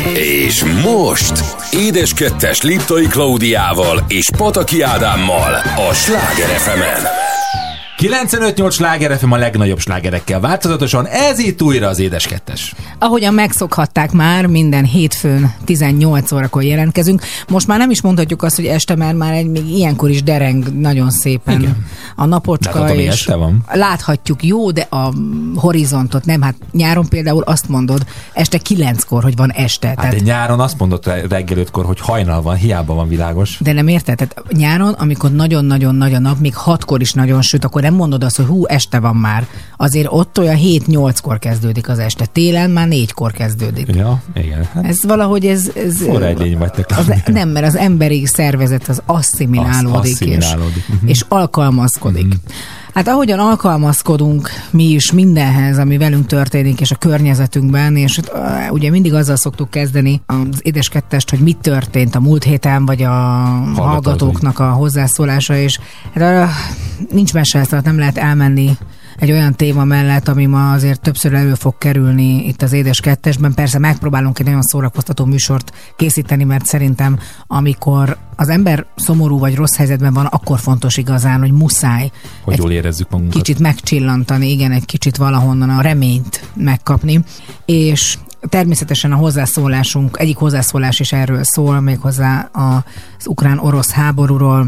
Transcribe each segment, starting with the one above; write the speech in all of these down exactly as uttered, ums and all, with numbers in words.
És most Édes Kettes Liptai Klaudiával és Pataki Ádámmal a Sláger ef emen. kilencvenöt nyolc Sláger ef em a legnagyobb slágerekkel változatosan, ez itt újra az Édes Kettes. Ahogyan megszokhatták már, minden hétfőn tizennyolc órakor jelentkezünk. Most már nem is mondhatjuk azt, hogy este, mert már egy, még ilyenkor is dereng nagyon szépen. Igen. A napocska, láthatom, és este van. Láthatjuk, jó, de a horizontot nem. Hát nyáron például azt mondod este kilenckor, hogy van este. Hát tehát... de nyáron azt mondod reggel ötkor, hogy hajnal van, hiába van világos. De nem érted? Tehát nyáron, amikor nagyon-nagyon nagy a nap, még hatkor is nagyon süt, akkor nem mondod azt, hogy hú, este van már. Azért ott olyan hét-nyolckor kezdődik az este. Télen már négykor kezdődik. Ja, igen. Hát ez valahogy ez... ez forra egy lény vagytok. Az, nem, mert az emberi szervezet az asszimilálódik, asszimilálódik. És, és alkalmazkodik. Uh-huh. Hát ahogyan alkalmazkodunk mi is mindenhez, ami velünk történik, és a környezetünkben, és uh, ugye mindig azzal szoktuk kezdeni az Édes Kettest, hogy mit történt a múlt héten, vagy a Hallgatók. hallgatóknak a hozzászólása, és hát, uh, nincs mese, tehát nem lehet elmenni egy olyan téma mellett, ami ma azért többször elő fog kerülni itt az Édes Kettesben. Persze megpróbálunk egy nagyon szórakoztató műsort készíteni, mert szerintem amikor az ember szomorú vagy rossz helyzetben van, akkor fontos igazán, hogy muszáj hogy jól érezzük magunkat. Kicsit megcsillantani, igen, egy kicsit valahonnan a reményt megkapni. És természetesen a hozzászólásunk, egyik hozzászólás is erről szól, méghozzá az ukrán-orosz háborúról,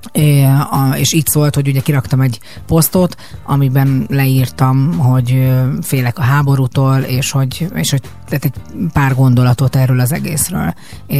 és így szólt, hogy ugye kiraktam egy posztot, amiben leírtam, hogy félek a háborútól, és hogy, és hogy tehát egy pár gondolatot erről az egészről.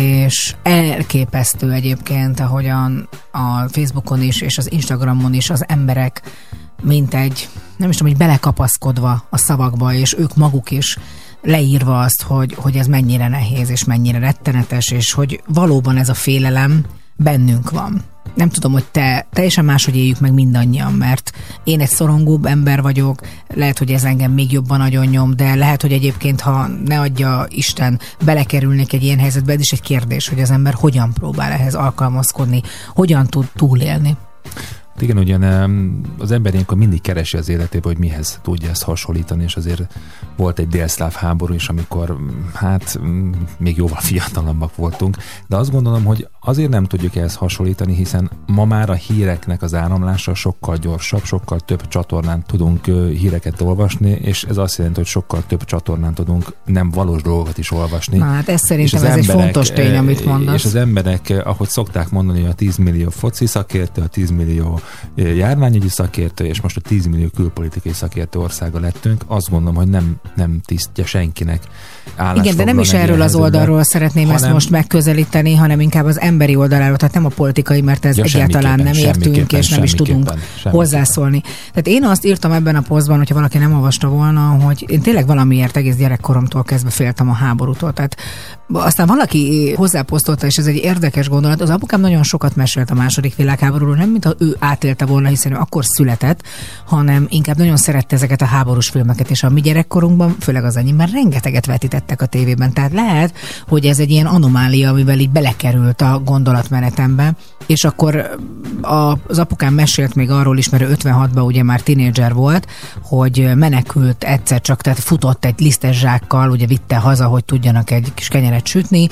És elképesztő egyébként, ahogyan a Facebookon is, és az Instagramon is az emberek mint egy, nem is tudom, hogy belekapaszkodva a szavakba, és ők maguk is leírva azt, hogy, hogy ez mennyire nehéz, és mennyire rettenetes, és hogy valóban ez a félelem bennünk van. Nem tudom, hogy te teljesen máshogy éljük meg mindannyian, mert én egy szorongóbb ember vagyok, lehet, hogy ez engem még jobban nagyon nyom, de lehet, hogy egyébként, ha ne adja Isten, belekerülnék egy ilyen helyzetbe, ez is egy kérdés, hogy az ember hogyan próbál ehhez alkalmazkodni, hogyan tud túlélni. Igen, ugyan az ember ilyenkor mindig keresi az életében, hogy mihez tudja ezt hasonlítani, és azért volt egy délszláv háború is, amikor hát még jóval fiatalabbak voltunk, de azt gondolom, hogy azért nem tudjuk ehhez hasonlítani, hiszen ma már a híreknek az áramlása sokkal gyorsabb, sokkal több csatornán tudunk híreket olvasni, és ez azt jelenti, hogy sokkal több csatornán tudunk nem valós dolgokat is olvasni. Na, hát ez szerintem ez emberek, egy fontos tény, amit mondasz. És az emberek, ahogy szokták mondani, a tíz millió foci szakértő, a tíz millió járványügyi szakértő, és most a tíz millió külpolitikai szakértő országa lettünk, azt gondolom, hogy nem, nem tisztje senkinek állásfoglalni. Igen, de nem is erről az oldalról szeretném hanem, ezt most megközelíteni, hanem inkább az emberi oldaláról, tehát nem a politikai, mert ez ja, egyáltalán nem értünk, és nem is tudunk hozzászólni. Tehát én azt írtam ebben a posztban, hogyha valaki nem olvasta volna, hogy én tényleg valamiért egész gyerekkoromtól kezdve féltem a háborútól. Tehát aztán valaki hozzáposztolta, és ez egy érdekes gondolat, az apukám nagyon sokat mesélt a második világháborúról, nem mint ha ő átélte volna, hiszen ő akkor született, hanem inkább nagyon szerette ezeket a háborús filmeket, és a mi gyerekkorunkban, főleg az enyém, már rengeteget vetítettek a tévében. Tehát lehet, hogy ez egy ilyen anomália, amivel így belekerült a gondolatmenetembe, és akkor az apukám mesélt még arról is, mert ötvenhatban ugye már tinédzser volt, hogy menekült egyszer csak, tehát futott egy lisztes zsákkal, ugye vitte haza, hogy tudjanak egy kis kenyeret sütni,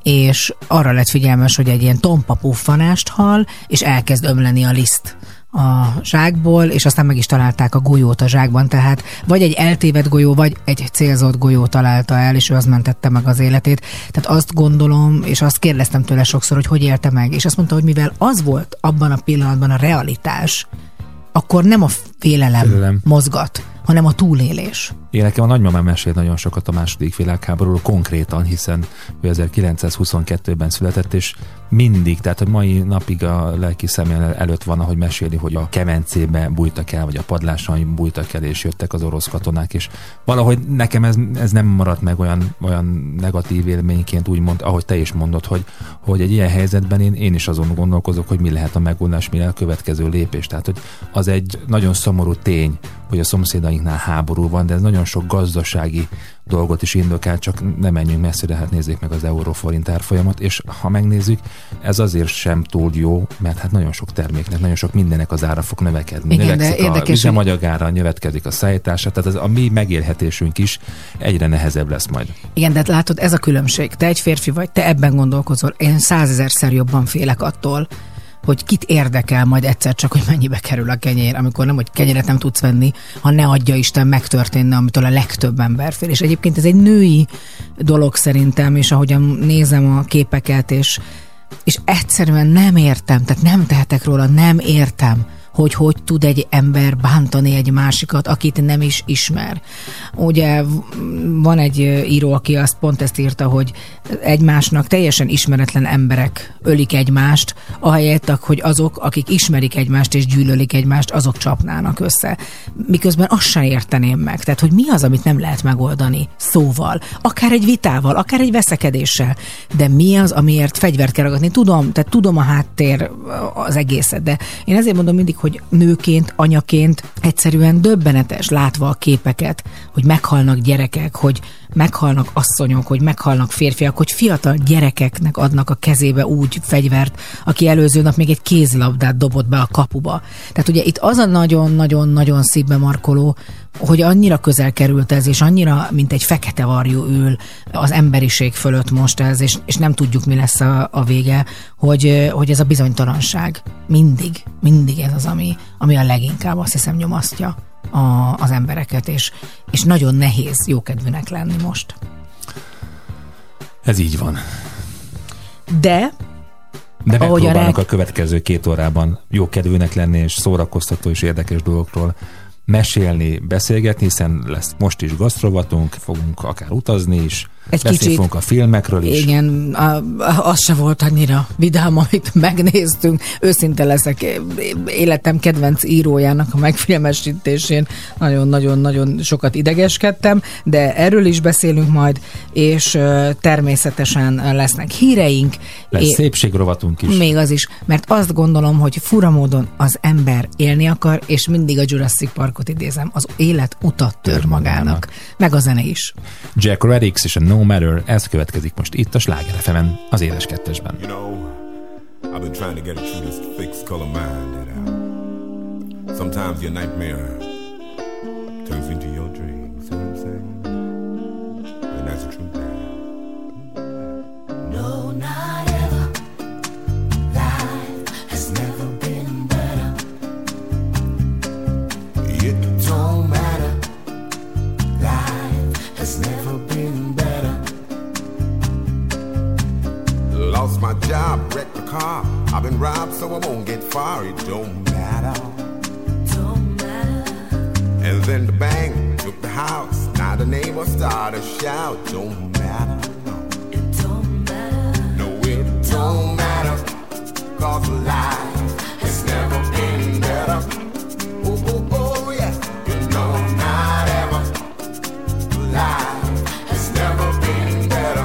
és arra lett figyelmes, hogy egy ilyen tompa puffanást hall, és elkezd ömleni a liszt a zsákból, és aztán meg is találták a golyót a zsákban, tehát vagy egy eltévedt golyó, vagy egy célzott golyó találta el, és ő az mentette meg az életét. Tehát azt gondolom, és azt kérdeztem tőle sokszor, hogy hogy élte meg, és azt mondta, hogy mivel az volt abban a pillanatban a realitás, akkor nem a félelem, félelem. mozgat, hanem a túlélés. Én nekem a nagymamám mesélt nagyon sokat a második világháborúról konkrétan, hiszen ő ezerkilencszázhuszonkettőben született, és mindig, tehát a mai napig a lelki személy előtt van, ahogy meséli, hogy a kemencébe bújtak el, vagy a padláson bújtak el, és jöttek az orosz katonák, és valahogy nekem ez, ez nem maradt meg olyan, olyan negatív élményként, úgymond, ahogy te is mondod, hogy, hogy egy ilyen helyzetben én, én is azon gondolkozok, hogy mi lehet a megoldás, mi a következő lépés. Tehát, hogy az egy nagyon szomorú tény, hogy a szomszédainknál háború van, de ez nagyon sok gazdasági dolgot is indokál, csak nem menjünk messzire, hát nézzék meg az euró-forint árfolyamat, és ha megnézzük, ez azért sem túl jó, mert hát nagyon sok terméknek, nagyon sok mindennek az ára fog növekedni. Igen, növekszik a üzemanyagára, növekedzik a szállítása, tehát ez a mi megélhetésünk is egyre nehezebb lesz majd. Igen, de látod, ez a különbség. Te egy férfi vagy, te ebben gondolkozol. Én százezerszer jobban félek attól, hogy kit érdekel majd egyszer csak, hogy mennyibe kerül a kenyér, amikor nem, hogy kenyeret nem tudsz venni, ha ne adja Isten megtörténne, amitől a legtöbb ember fél. És egyébként ez egy női dolog szerintem, és ahogyan nézem a képeket, és, és egyszerűen nem értem, tehát nem tehetek róla, nem értem, hogy hogy tud egy ember bántani egy másikat, akit nem is ismer. Ugye van egy író, aki azt pont ezt írta, hogy egymásnak teljesen ismeretlen emberek ölik egymást, ahelyett, hogy azok, akik ismerik egymást és gyűlölik egymást, azok csapnának össze. Miközben azt sem érteném meg. Tehát, hogy mi az, amit nem lehet megoldani szóval, akár egy vitával, akár egy veszekedéssel, de mi az, amiért fegyvert kell ragadni. Tudom, tehát tudom a háttér az egészet, de én ezért mondom mindig, hogy nőként, anyaként egyszerűen döbbenetes látva a képeket, hogy meghalnak gyerekek, hogy meghalnak asszonyok, hogy meghalnak férfiak, hogy fiatal gyerekeknek adnak a kezébe úgy fegyvert, aki előző nap még egy kézlabdát dobott be a kapuba. Tehát ugye itt az a nagyon-nagyon-nagyon szívbe markoló, hogy annyira közel került ez, és annyira, mint egy fekete varjú ül az emberiség fölött most ez, és, és nem tudjuk, mi lesz a, a vége, hogy, hogy ez a bizonytalanság mindig, mindig ez az, ami, ami a leginkább, azt hiszem, nyomasztja a, az embereket, és, és nagyon nehéz jókedvűnek lenni most. Ez így van. De De megpróbálunk a, reg... a következő két órában jókedvűnek lenni, és szórakoztató és érdekes dolgokról mesélni, beszélgetni, hiszen lesz most is gasztrovatunk, fogunk akár utazni is, egy beszélni fogunk a filmekről is. Igen, a, a, az se volt annyira vidám, amit megnéztünk. Őszinte leszek, életem kedvenc írójának a megfilmesítésén nagyon-nagyon-nagyon sokat idegeskedtem, de erről is beszélünk majd, és uh, természetesen lesznek híreink. Lesz é- szépségrovatunk is. Még az is, mert azt gondolom, hogy fura módon az ember élni akar, és mindig a Jurassic Parkot idézem, az élet utat tör magának. Meg a zene is. Jack Reddix és a No Matter, ez következik most itt a Sláger ef emen, az Édes Kettesben. You know, I've been trying to get it through this fixed color mind that uh, sometimes your nightmare turns into your dream. See what I'm saying? And that's the truth. No, not ever. Life has never been better. It don't matter. Life has never been better. Lost my job, wrecked the car. I've been robbed, so I won't get far. It don't matter. Don't matter. And then the bank took the house. Now the neighbors start to shout. Don't matter. No. It don't matter. No, it don't matter. Cause life has never been better. Oh, oh, oh, yeah. You know, not ever. Life has never been better.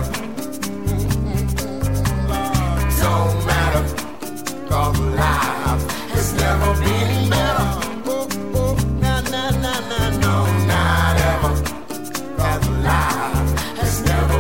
Don't matter, cause life has never been better. Oh, oh, nah, nah, nah, nah, no, not ever. Cause life has never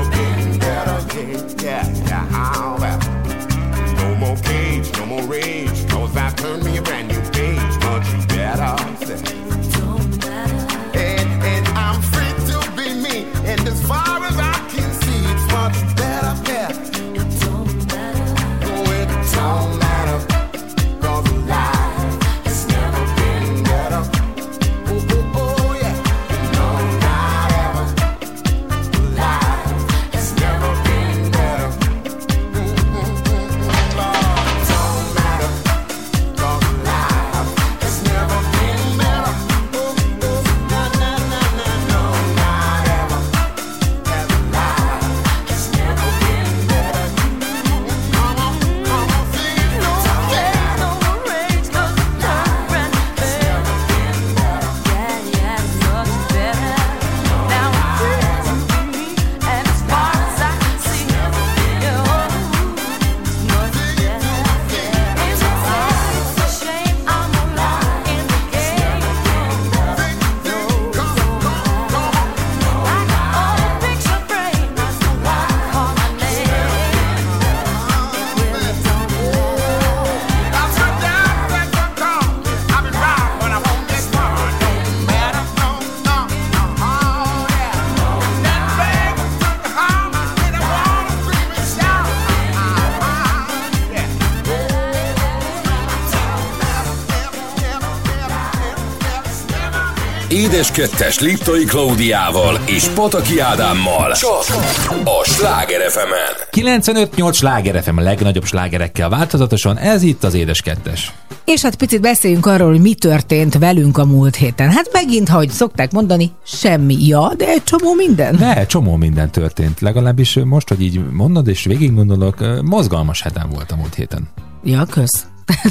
Édes Kettes Liptai Klaudiával és Pataki Ádámmal csak a Sláger ef emen. kilencvenöt nyolc Sláger ef em, a legnagyobb slágerekkel változatosan, ez itt az Édes Kettes. És hát picit beszéljünk arról, hogy mi történt velünk a múlt héten. Hát megint, ahogy szokták mondani, semmi. Ja, de egy csomó minden. De, csomó minden történt. Legalábbis most, hogy így mondod és végig gondolok, mozgalmas hetem volt a múlt héten. Ja, kösz.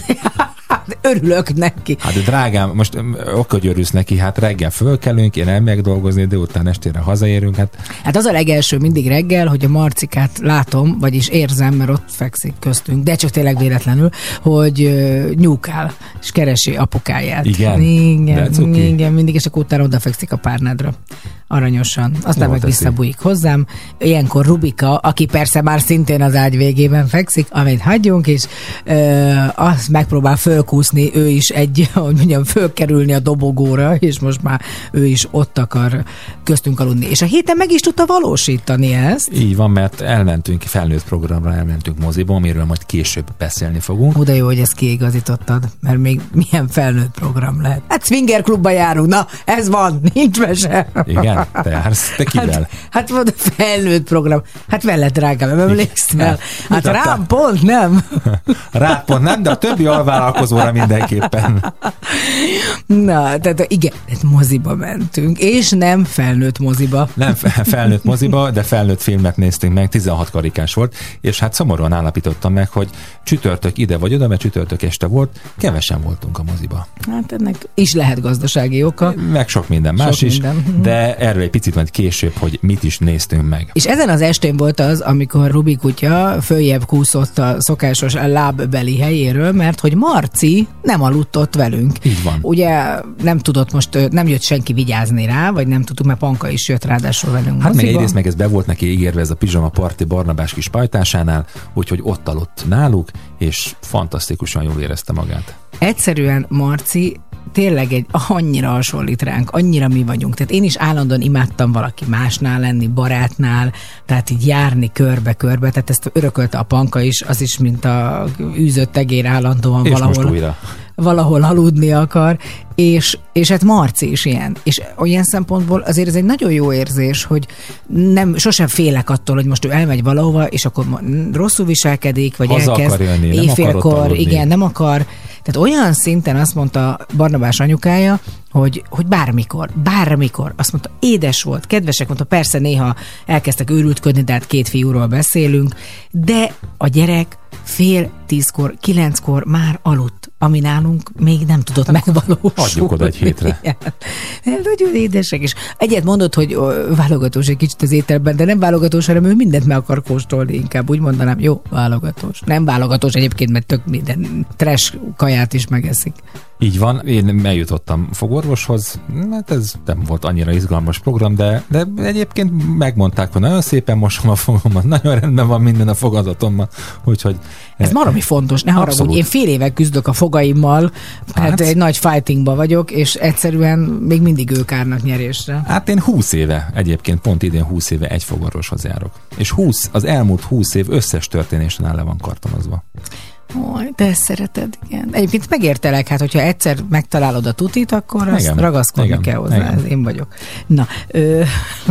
Örülök neki. Hát drágám, most oké, örülsz neki, hát reggel fölkelünk, én elmegyek dolgozni, de utána estére hazaérünk. Hát... hát az a legelső mindig reggel, hogy a Marcikát látom, vagyis érzem, mert ott fekszik köztünk, de csak tényleg véletlenül, hogy uh, nyúkál, és keresi apukáját. Igen? Igen, igen, mindig, és akkor utána odafekszik a párnádra. Aranyosan. Aztán meg visszabújik hozzám. Ilyenkor Rubika, aki persze már szintén az ágy végében fekszik, amit hagyjunk, és ö, azt megpróbál fölkúszni, ő is egy, hogy mondjam, fölkerülni a dobogóra, és most már ő is ott akar köztünk aludni. És a héten meg is tudta valósítani ezt. Így van, mert elmentünk felnőtt programra, elmentünk moziba, amiről majd később beszélni fogunk. Ó, de jó, hogy ezt kiigazítottad, mert még milyen felnőtt program lehet. Hát swinger klubba járunk, na, ez van, nincs mese. Igen? Te jársz, te kivel? Hát, hát van a felnőtt program. Hát veled, drágám, nem emlékszel? Hát rám pont nem. Rá pont nem, de a többi alvállalkozóra mindenképpen. Na, tehát igen, moziba mentünk, és nem felnőtt moziba. Nem felnőtt moziba, de felnőtt filmet néztünk meg, tizenhat karikás volt, és hát szomorúan állapítottam meg, hogy csütörtök ide vagy oda, mert csütörtök este volt, kevesen voltunk a moziba. Hát ennek is lehet gazdasági oka. Meg sok minden sok más minden. is, de erről egy picit majd később, hogy mit is néztünk meg. És ezen az estén volt az, amikor Rubi kutya följebb kúszott a szokásos lábbeli helyéről, mert hogy Marci nem aludt ott velünk. Így van. Ugye nem tudott most, nem jött senki vigyázni rá, vagy nem tudtuk, mert Panka is jött ráadásul velünk. Hát meg egyrészt meg ez be volt neki ígérve, ez a pizsama parti Barnabás kis pajtásánál, úgyhogy ott aludt náluk, és fantasztikusan jól érezte magát. Egyszerűen Marci tényleg egy annyira hasonlít ránk, annyira mi vagyunk. Tehát én is állandóan imádtam valaki másnál lenni, barátnál, tehát így járni körbe-körbe, tehát ezt örökölte a Panka is, az is, mint a űzött tegér állandóan és valahol, valahol aludni akar, és, és hát Marci is ilyen. És olyan szempontból azért ez egy nagyon jó érzés, hogy nem, sosem félek attól, hogy most ő elmegy valahova, és akkor rosszul viselkedik, vagy haza elkezd jönni, éjfélkor, igen, nem akar. Tehát olyan szinten azt mondta Barnabás anyukája, hogy, hogy bármikor, bármikor. Azt mondta, édes volt, kedvesek, mondta, persze néha elkezdtek őrültködni, de hát két fiúról beszélünk, de a gyerek fél tízkor, kilenckor már aludt, ami nálunk még nem tudott hát, megvalósulni. Adjuk oda egy hétre. Nagyon édesek, és egyet mondott, hogy válogatós egy kicsit az ételben, de nem válogatós, hanem ő mindent meg akar kóstolni, inkább úgy mondanám, jó, válogatós. Nem válogatós egyébként, mert tök minden trash kaját is megeszik. Így van, én eljutottam fogorvoshoz, hát ez nem volt annyira izgalmas program, de, de egyébként megmondták, hogy nagyon szépen mosom a fogamat, nagyon rendben van minden a fogadatommal, úgyhogy... Ez valami fontos, ne haragudj, én fél éve küzdök a fogaimmal, hát, hát egy nagy fightingban vagyok, és egyszerűen még mindig ők árnak nyerésre. Hát én húsz éve, egyébként pont idén húsz éve egy fogorvoshoz járok. És húsz, az elmúlt húsz év összes történésen le van kartonozva. Ó, de ezt szereted, igen. Egyébként megértelek, hát hogyha egyszer megtalálod a tutit, akkor azt igen, ragaszkodni igen, kell hozzá. Igen. Ez én vagyok. Na, ö...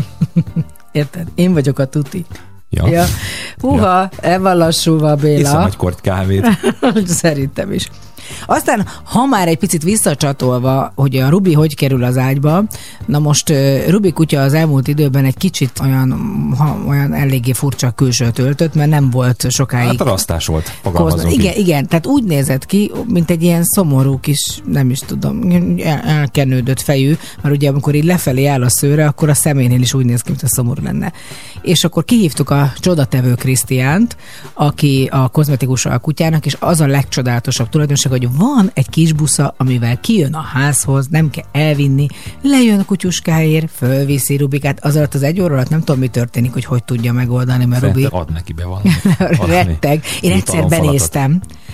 érted? Én vagyok a tuti. Ja. Ja. Húha, ja. El van lassulva, Béla. Iszom egy kort kávét. Szerintem is. Aztán, ha már egy picit visszacsatolva, hogy a Rubi hogy kerül az ágyba, na most Rubi kutya az elmúlt időben egy kicsit olyan, ha, olyan eléggé furcsa külsőt öltött, mert nem volt sokáig. Hát rasztás volt, fogalmazunk. Igen, igen, tehát úgy nézett ki, mint egy ilyen szomorú kis, nem is tudom, elkenődött fejű, mert ugye amikor így lefelé áll a szőre, akkor a szeménél is úgy néz ki, mint a szomorú lenne. És akkor kihívtuk a csodatevő Krisztiánt, aki a kozmetikus alkutyának, és az a legcsodálatosabb tulajdonság, hogy van egy kis busza, amivel kijön a házhoz, nem kell elvinni, lejön a kutyuskáért, fölviszi Rubikát, az alatt az egy óra alatt nem tudom, mi történik, hogy hogy tudja megoldani, mert Rubi... Ad neki be valami. Retteg. Én egyszer benéztem,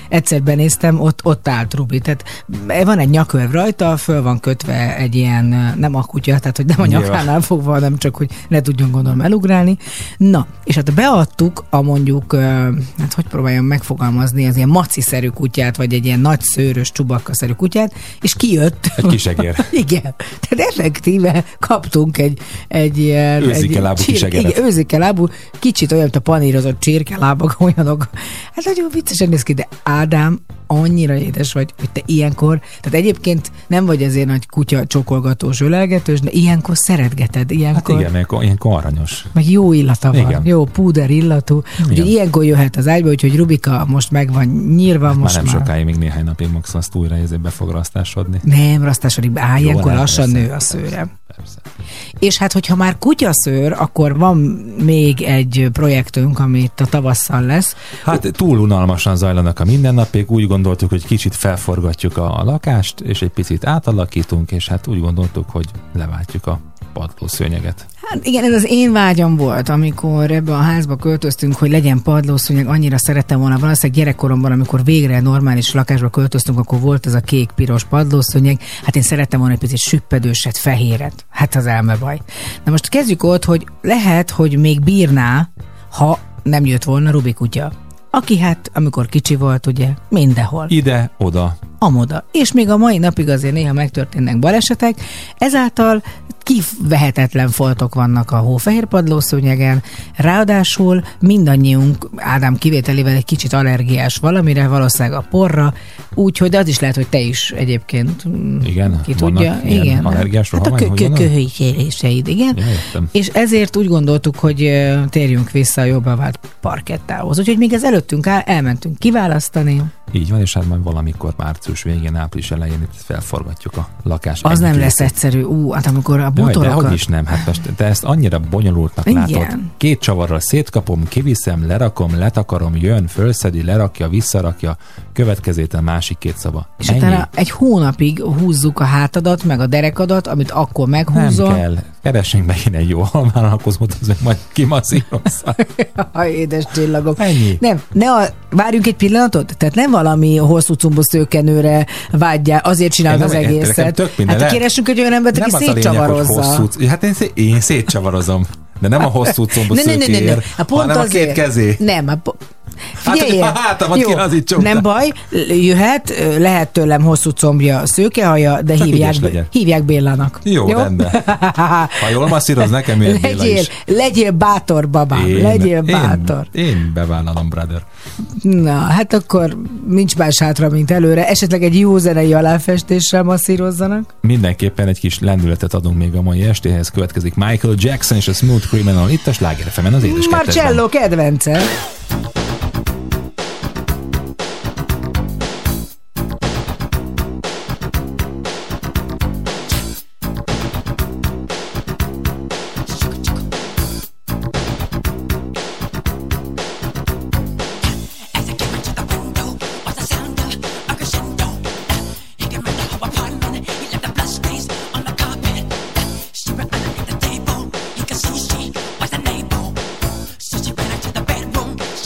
egyszer benéztem, ott, ott állt Rubi. Tehát van egy nyakölv rajta, föl van kötve egy ilyen, nem a kutya, tehát hogy nem a nyakánál fogva, hanem csak, hogy ne tudjon gondolom elugrálni. Na, és hát beadtuk a mondjuk, hát hogy próbáljam megfogalmazni, az ilyen maciszerű kutyát, vagy egy ilyen nagy szőrös csubakkaszerű kutyát, és kijött. Egy kisegér. Igen. Tehát effektíve kaptunk egy, egy ilyen... Őzikelábú kisegéret. Igen, őzikelábú, kicsit olyan, mint a panírozott csirkelábak, olyanok. Hát nagyon viccesen néz ki, de Ádám, annyira édes vagy, hogy te ilyenkor, tehát egyébként nem vagy azért nagy kutya csokolgatós, ölelgetős, de ilyenkor szeretgeted. Ilyenkor, hát igen, ilyenkor, ilyenkor aranyos. Meg jó illata van, igen. Jó púder illatú. Igen. Úgyhogy ilyenkor jöhet az ágyba, úgyhogy Rubika most meg van nyírva. Hát most már nem már. sokáig, még néhány napig max azt újra ezért be fog rasztásodni. Nem, rasztásodik be. Á, ilyenkor lassan nő a szőre. Persze. És hát, hogyha már kutyaszőr, akkor van még egy projektünk, ami itt a tavasszal lesz. Hát túl unalmasan zajlanak a mindennapok, úgy gondoltuk, hogy kicsit felforgatjuk a lakást, és egy picit átalakítunk, és hát úgy gondoltuk, hogy leváltjuk a padlószőnyeget. Hát igen, ez az én vágyam volt, amikor ebbe a házba költöztünk, hogy legyen padlószőnyeg, annyira szerettem volna. Valószínűleg gyerekkoromban, amikor végre normális lakásba költöztünk, akkor volt ez a kék-piros padlószőnyeg. Hát én szerettem volna egy picit süppedőset, fehéret. Hát az elmebaj. Na most kezdjük ott, hogy lehet, hogy még bírná, ha nem jött volna Rubi kutya. Aki hát, amikor kicsi volt, ugye, mindenhol. Ide, oda. Amoda. És még a mai napig azért néha megtörténnek balesetek, ezáltal kivehetetlen foltok vannak a hófehér padlószőnyegen, ráadásul mindannyiunk, Ádám kivételével egy kicsit allergiás valamire, valószínűleg a porra, úgyhogy de az is lehet, hogy te is egyébként. Igen, ki tudja. Igen. Allergiás hát a köhölykéréseid, igen. Ja, és ezért úgy gondoltuk, hogy térjünk vissza a jobban vált parkettához. Úgyhogy még ez előttünk áll, elmentünk kiválasztani. Így van, és hát majd valamikor március végén, április elején itt felforgatjuk a lakást. Az nem lesz egyszerű. Ú, hát amikor a bútorokat... De hogy is nem, hát most te ezt annyira bonyolultnak igen. látod. Két csavarral szétkapom, kiviszem, lerakom, letakarom, jön, fölszedi, lerakja, visszarakja, következéten másik két szava. És utána egy hónapig húzzuk a hátadat, meg a derekadat, amit akkor meghúzol. Nem kell. Keressünk megint egy jó halmállalkozót, az meg majd kimasszírozza. Jaj, édes csillagok. Ennyi. Nem, ne a, várjunk egy pillanatot, tehát nem valami hosszú cumbó szőkenőre vágyjál, azért csinálod az egészet. Hát keressünk egy olyan embert, aki szétcsavarozza. Hosszú, hát én, szé, én szétcsavarozom. De nem a hosszú combú szőkéért, hanem a két kezé. Nem, a po- Figyelj, hát, hátamat kilazítsuk. Nem baj, jöhet, lehet tőlem hosszú combja, szőkehaja, de hívják, hívják Béllának. Jó, jó? Rendben. Ha jól masszíroz, nekem jön Béla legyél, is. Legyél bátor, babám, én, legyél bátor. Én, én bevállalom, brother. Na, hát akkor nincs más hátra, mint előre. Esetleg egy jó zenei aláfestéssel masszírozzanak. Mindenképpen egy kis lendületet adunk még a mai estéhez. Következik Michael Jackson és a Smooth Criminal itt a Sláger ef emen az édes kettesben. Marcello kedvence. So she ran out to the bedroom.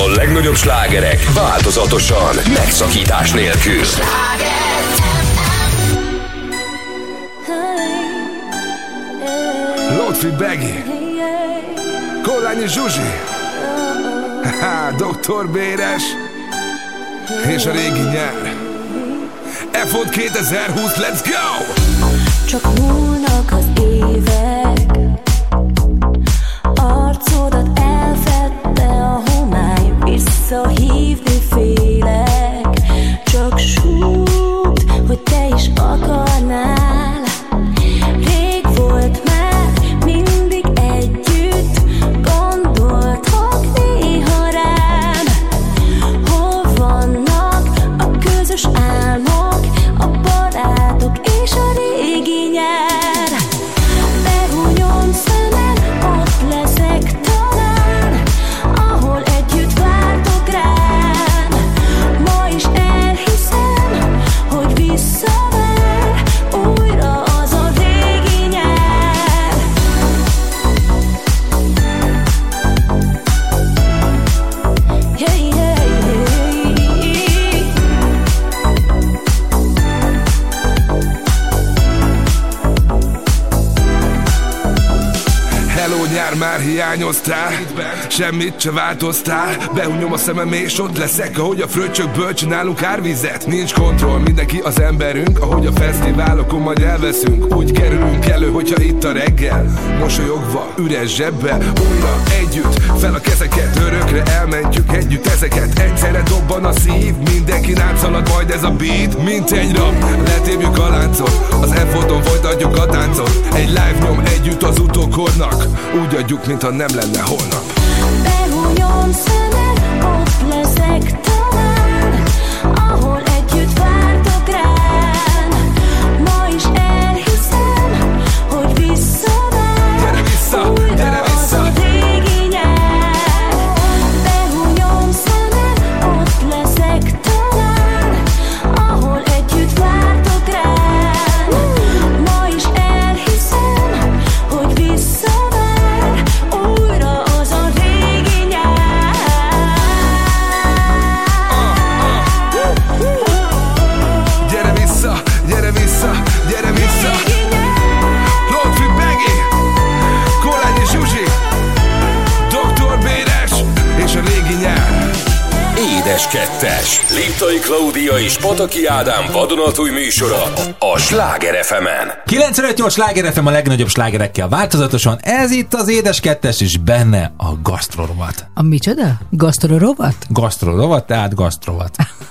A legnagyobb slágerek változatosan, megszakítás nélkül. Lotfi Begi, Kollányi Zsuzsi, doktor Béres és a régi nyár. F O T kétezer-húsz, let's go! Csak múlnak az évek, arcodat elfedte a homály, visszahívni félek, csak súgd, hogy te is akarnál. Rég volt már, mindig együtt, gondoltok néha rám. Hol vannak a közös álmok, a barátok és a régi nyár? Behúnyom szemem, ott leszek talán, ahol együtt vártok rám. Ma is elhiszem, hogy visszavár újra az a régi nyár. Hey, hey, hey. Hello nyár, már hiányoztál, semmit se változtál. Behunyom a szemem és ott leszek, ahogy a fröccsökből csinálunk árvizet. Nincs kontroll, mindenki az emberünk, ahogy a fesztiválokon majd elveszünk. Úgy kerülünk elő, hogyha itt a reggel, mosolyogva, üres zsebbel. Újra együtt, fel a kezeket, örökre elmentjük együtt ezeket. Egyszerre dobban a szív, mindenki ránk szalad majd ez a beat. Mint egy rap, letépjük a láncot, az F O T-on folytatjuk a táncot. Egy live nyom együtt az utókornak, úgy adjuk, mintha nem lenne holnap. Behúnyom szemed, ott leszek talán, ahol együtt vártok rám. Ma is elhiszem, hogy visszavár. Gyere vissza, újra gyere vissza. az a régi nyár. Behúnyom szemed, ott leszek talán, ahol együtt vártok rám. Ma is elhiszem, hogy visszavár újra az a régi nyár. Gyere vissza, gyere vissza, gyere vissza. Lotfi Begi, Kollányi Zsuzsi, doktor Béres és a régi nyár. Édes kettes. Liptai Klaudia és Pataki Ádám vadonatúj műsora a Sláger ef emen. kilencvenöt nyolc Sláger ef em a legnagyobb slágerekkel változatosan. Ez itt az Édes kettes, és benne a gasztrorovat. A micsoda? Gasztrorovat? Gasztrorovat, tehát gasztrovat.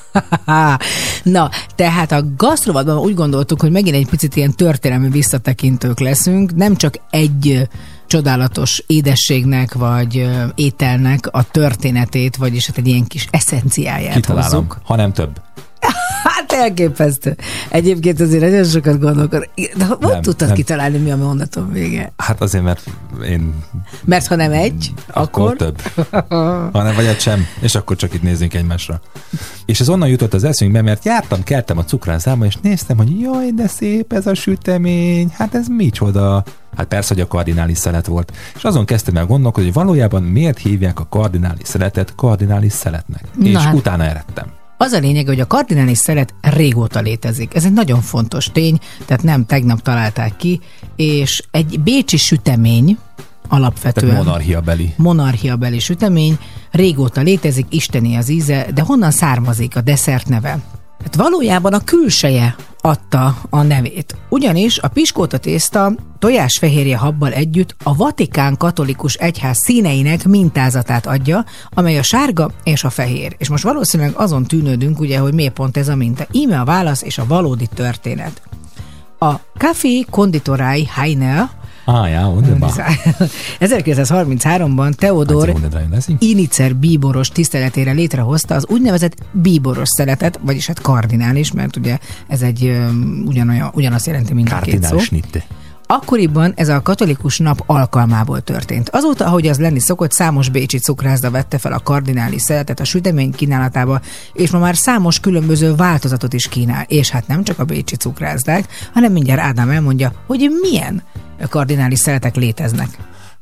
Na, tehát a gasztrovatban úgy gondoltuk, hogy megint egy picit ilyen történelmi visszatekintők leszünk, nem csak egy csodálatos édességnek vagy ö, ételnek a történetét, vagyis hát egy ilyen kis eszenciáját Kitalálom, hozzuk. hanem több. Hát elképesztő. Egyébként azért nagyon sokat gondolkod. De hogy Nem, tudtad nem. kitalálni, mi a mondatom vége? Hát azért, mert én... Mert ha nem egy, Akkor, akkor... több. Ha nem vagy egy sem, és akkor csak itt nézzünk egymásra. És ez onnan jutott az eszünkbe, mert jártam, keltem a cukrászdába, és néztem, hogy jaj, de szép ez a sütemény, hát ez micsoda. Hát persze, hogy a kardinális szelet volt. És azon kezdtem el gondolkodni, hogy valójában miért hívják a kardinális szeletet kardinális szeletnek. Na És hát. utána eredtem. Az a lényeg, hogy a kardinális szelet régóta létezik. Ez egy nagyon fontos tény, tehát nem tegnap találták ki, és egy bécsi sütemény, alapvetően Tehát monarchiabeli. monarchiabeli sütemény, régóta létezik, isteni az íze, de honnan származik a desszert neve? Hát valójában a külseje adta a nevét. Ugyanis a piskóta tészta tojásfehérje habbal együtt a Vatikán katolikus egyház színeinek mintázatát adja, amely a sárga és a fehér. És most valószínűleg azon tűnődünk, ugye, hogy miért pont ez a minta. Íme a válasz és a valódi történet. A Café Konditorai Heiner Ah, ja, wunderbar. ezerkilencszázharmincháromban Theodor Inicer bíboros tiszteletére létrehozta az úgynevezett bíboros szeletet, vagyis hát kardinális, mert ugye ez egy um, ugyanolyan, ugyanazt jelenti, mint a két szó. Akkoriban ez a katolikus nap alkalmából történt. Azóta, ahogy az lenni szokott, számos bécsi cukrászda vette fel a kardinális szeletet a sütemény kínálatába, és ma már számos különböző változatot is kínál. És hát nem csak a bécsi cukrászdák, hanem mindjárt Ádám elmondja, hogy milyen kardinális szeletek léteznek.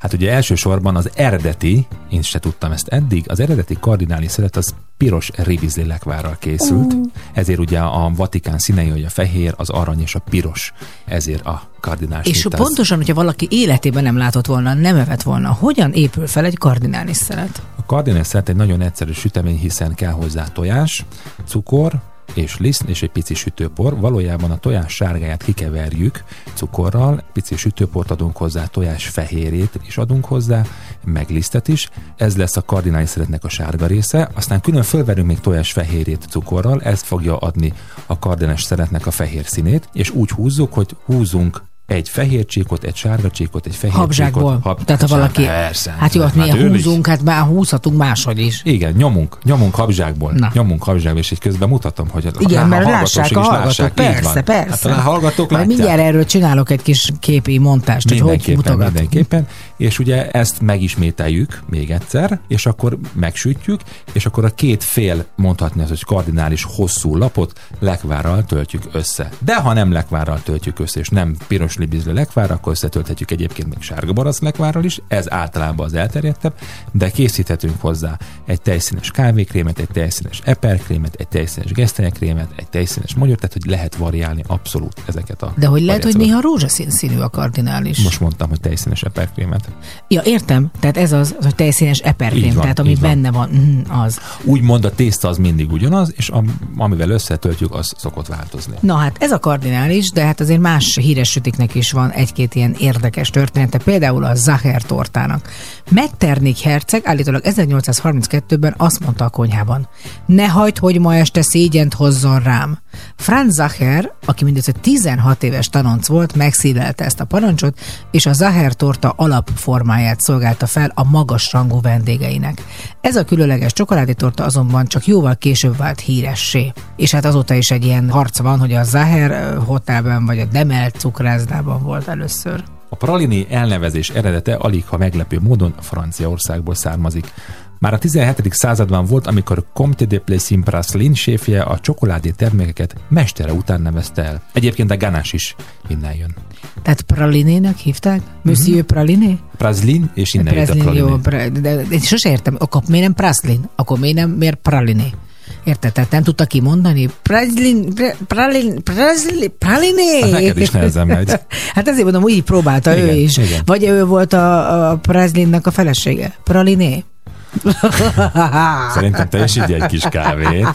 Hát ugye elsősorban az eredeti, én se tudtam ezt eddig, az eredeti kardinális szelet az piros ribizli lekvárral készült, uh. ezért ugye a Vatikán színei, hogy a fehér, az arany és a piros, ezért a kardinális. És nyitás. Pontosan, hogyha valaki életében nem látott volna, nem evett volna, hogyan épül fel egy kardinális szelet? A kardinális szelet egy nagyon egyszerű sütemény, hiszen kell hozzá tojás, cukor, és liszt, és egy pici sütőpor. Valójában a tojás sárgáját kikeverjük cukorral, pici sütőport adunk hozzá, tojás fehérjét is adunk hozzá, meg lisztet is. Ez lesz a kardinális szeletnek a sárga része. Aztán külön fölverünk még tojás fehérjét cukorral, ez fogja adni a kardinális szeletnek a fehér színét, és úgy húzzuk, hogy húzunk egy fehér csíkot, egy sárga csíkot, egy fehér Habzsákból. csíkot. Hab... Tehát ha valaki, persze, hát jó, hát mi húzunk, is. Hát már húzhatunk máshogy is. Igen, nyomunk, nyomunk habzsákból. Na. Nyomunk habzsákból, és így közben mutatom, hogy igen, mert lássák a hallgatók, persze, persze. Hát a hallgatók látják. Mindjárt erről csinálok egy kis képi montást, hogy hogy mutogatunk. Mindenképpen, és ugye ezt megismételjük még egyszer, és akkor megsütjük, és akkor a két fél, mondhatni az, hogy kardinális hosszú lapot lekvárral töltjük össze. De ha nem lekvárral töltjük össze, és nem piros libizli lekvár, akkor összetölthetjük egyébként még sárga barack lekvárral is, ez általában az elterjedtebb, de készíthetünk hozzá egy tejszínes kávékrémet, egy tejszínes eperkrémet, egy tejszínes gesztenyekrémet, egy tejszínes magyar, tehát hogy lehet variálni abszolút ezeket a De hogy lehet, hogy néha rózsaszín színű a kardinális. Most mondtam, hogy tejszínes eperkrémet. Ja, értem, tehát ez az, hogy tejszínes eperkrém, tehát ami benne van, mm, az. Úgymond a tészta az mindig ugyanaz, és amivel összetöltjük, az szokott változni. Na hát ez a kardinális, de hát azért más híres sütiknek is van egy-két ilyen érdekes története, például a Sacher tortának. Metternich herceg állítólag ezernyolcszázharminckettőben azt mondta a konyhában: ne hagyd, hogy ma este szégyent hozzon rám. Franz Sacher, aki mindössze tizenhat éves tanonc volt, megszílelte ezt a parancsot, és a Sacher torta alapformáját szolgálta fel a magasrangú vendégeinek. Ez a különleges csokoládétorta azonban csak jóval később vált híressé. És hát azóta is egy ilyen harc van, hogy a Sacher hotelben vagy a Demel cukrászdában volt először. A praliné elnevezés eredete aligha meglepő módon Franciaországból származik. Már a tizenhetedik században volt, amikor Comte de Plessis-Praslin séfje a csokoládé termékeket mestere után nevezte el. Egyébként a ganache is innen jön. Tehát pralinének hívták? Monsieur mm-hmm. Praliné? Praslin, és innen jött a praliné. Jó, de, de, de sose értem, akkor miért nem Praslin? Akkor miért nem, miért praliné? Érted? Tehát nem tudta kimondani? Praslin, pralin, praslin, praliné? Hát neked is nehezen megy. Hát ezért mondom, úgy próbálta igen, ő is. Igen. Vagy ő volt a, a Praslinnak a felesége? Praliné? Szerintem te is így egy kis kávét.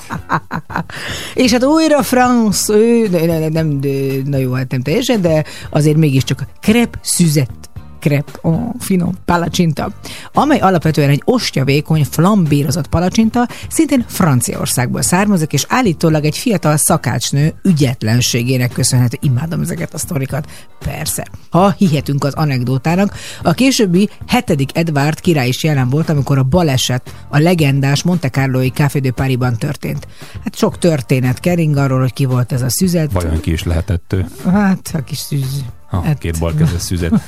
És hát újra France, ő, nem, nem, na jó, hát nem teljesen, de azért mégiscsak crepe Suzette. Crepe, oh, finom, palacsinta, amely alapvetően egy ostyavékony, flambírozott palacsinta, szintén Franciaországból származik, és állítólag egy fiatal szakácsnő ügyetlenségének köszönhető. Imádom ezeket a sztorikat, persze. Ha hihetünk az anekdótának, a későbbi hetedik Edward király is jelen volt, amikor a baleset a legendás Monte Carloi Café de Parisban történt. Hát sok történet kering arról, hogy ki volt ez a szüzet. Vajon ki is lehetett ő? Hát, a kis szüz. Ha, hát. Két balkezes szüzet.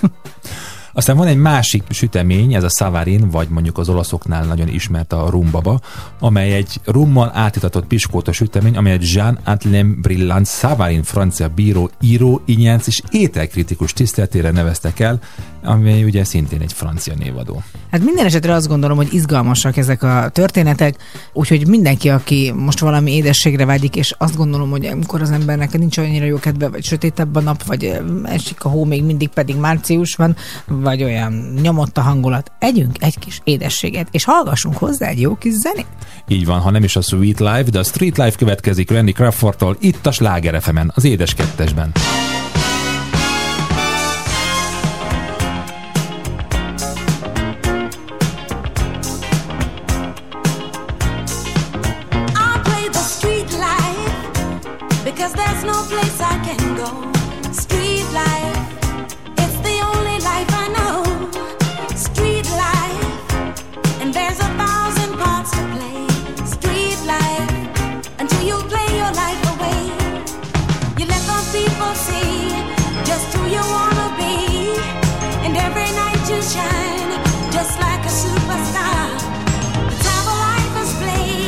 Aztán van egy másik sütemény, ez a Savarin, vagy mondjuk az olaszoknál nagyon ismert a rumbaba, amely egy rummal átitatott piskóta sütemény, amelyet Jean-Antoine Brillant Savarin francia bíró, író, inyánc és ételkritikus tiszteletére neveztek el, amely ugye szintén egy francia névadó. Hát minden esetre azt gondolom, hogy izgalmasak ezek a történetek, úgyhogy mindenki, aki most valami édességre vágyik, és azt gondolom, hogy amikor az embernek nincs annyira jó kedve, vagy sötétebb a nap, vagy esik a hó, még mindig pedig március van, vagy olyan nyomott a hangulat, együnk egy kis édességet, és hallgassunk hozzá egy jó kis zenét. Így van, ha nem is a Sweet Life, de a Street Life következik Randy Crawfordtól itt a Sláger ef emen, az Édes Kettesben.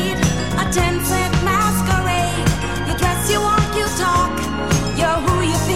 Ten cent masquerade. You dress, you walk, you talk. You're who you feel.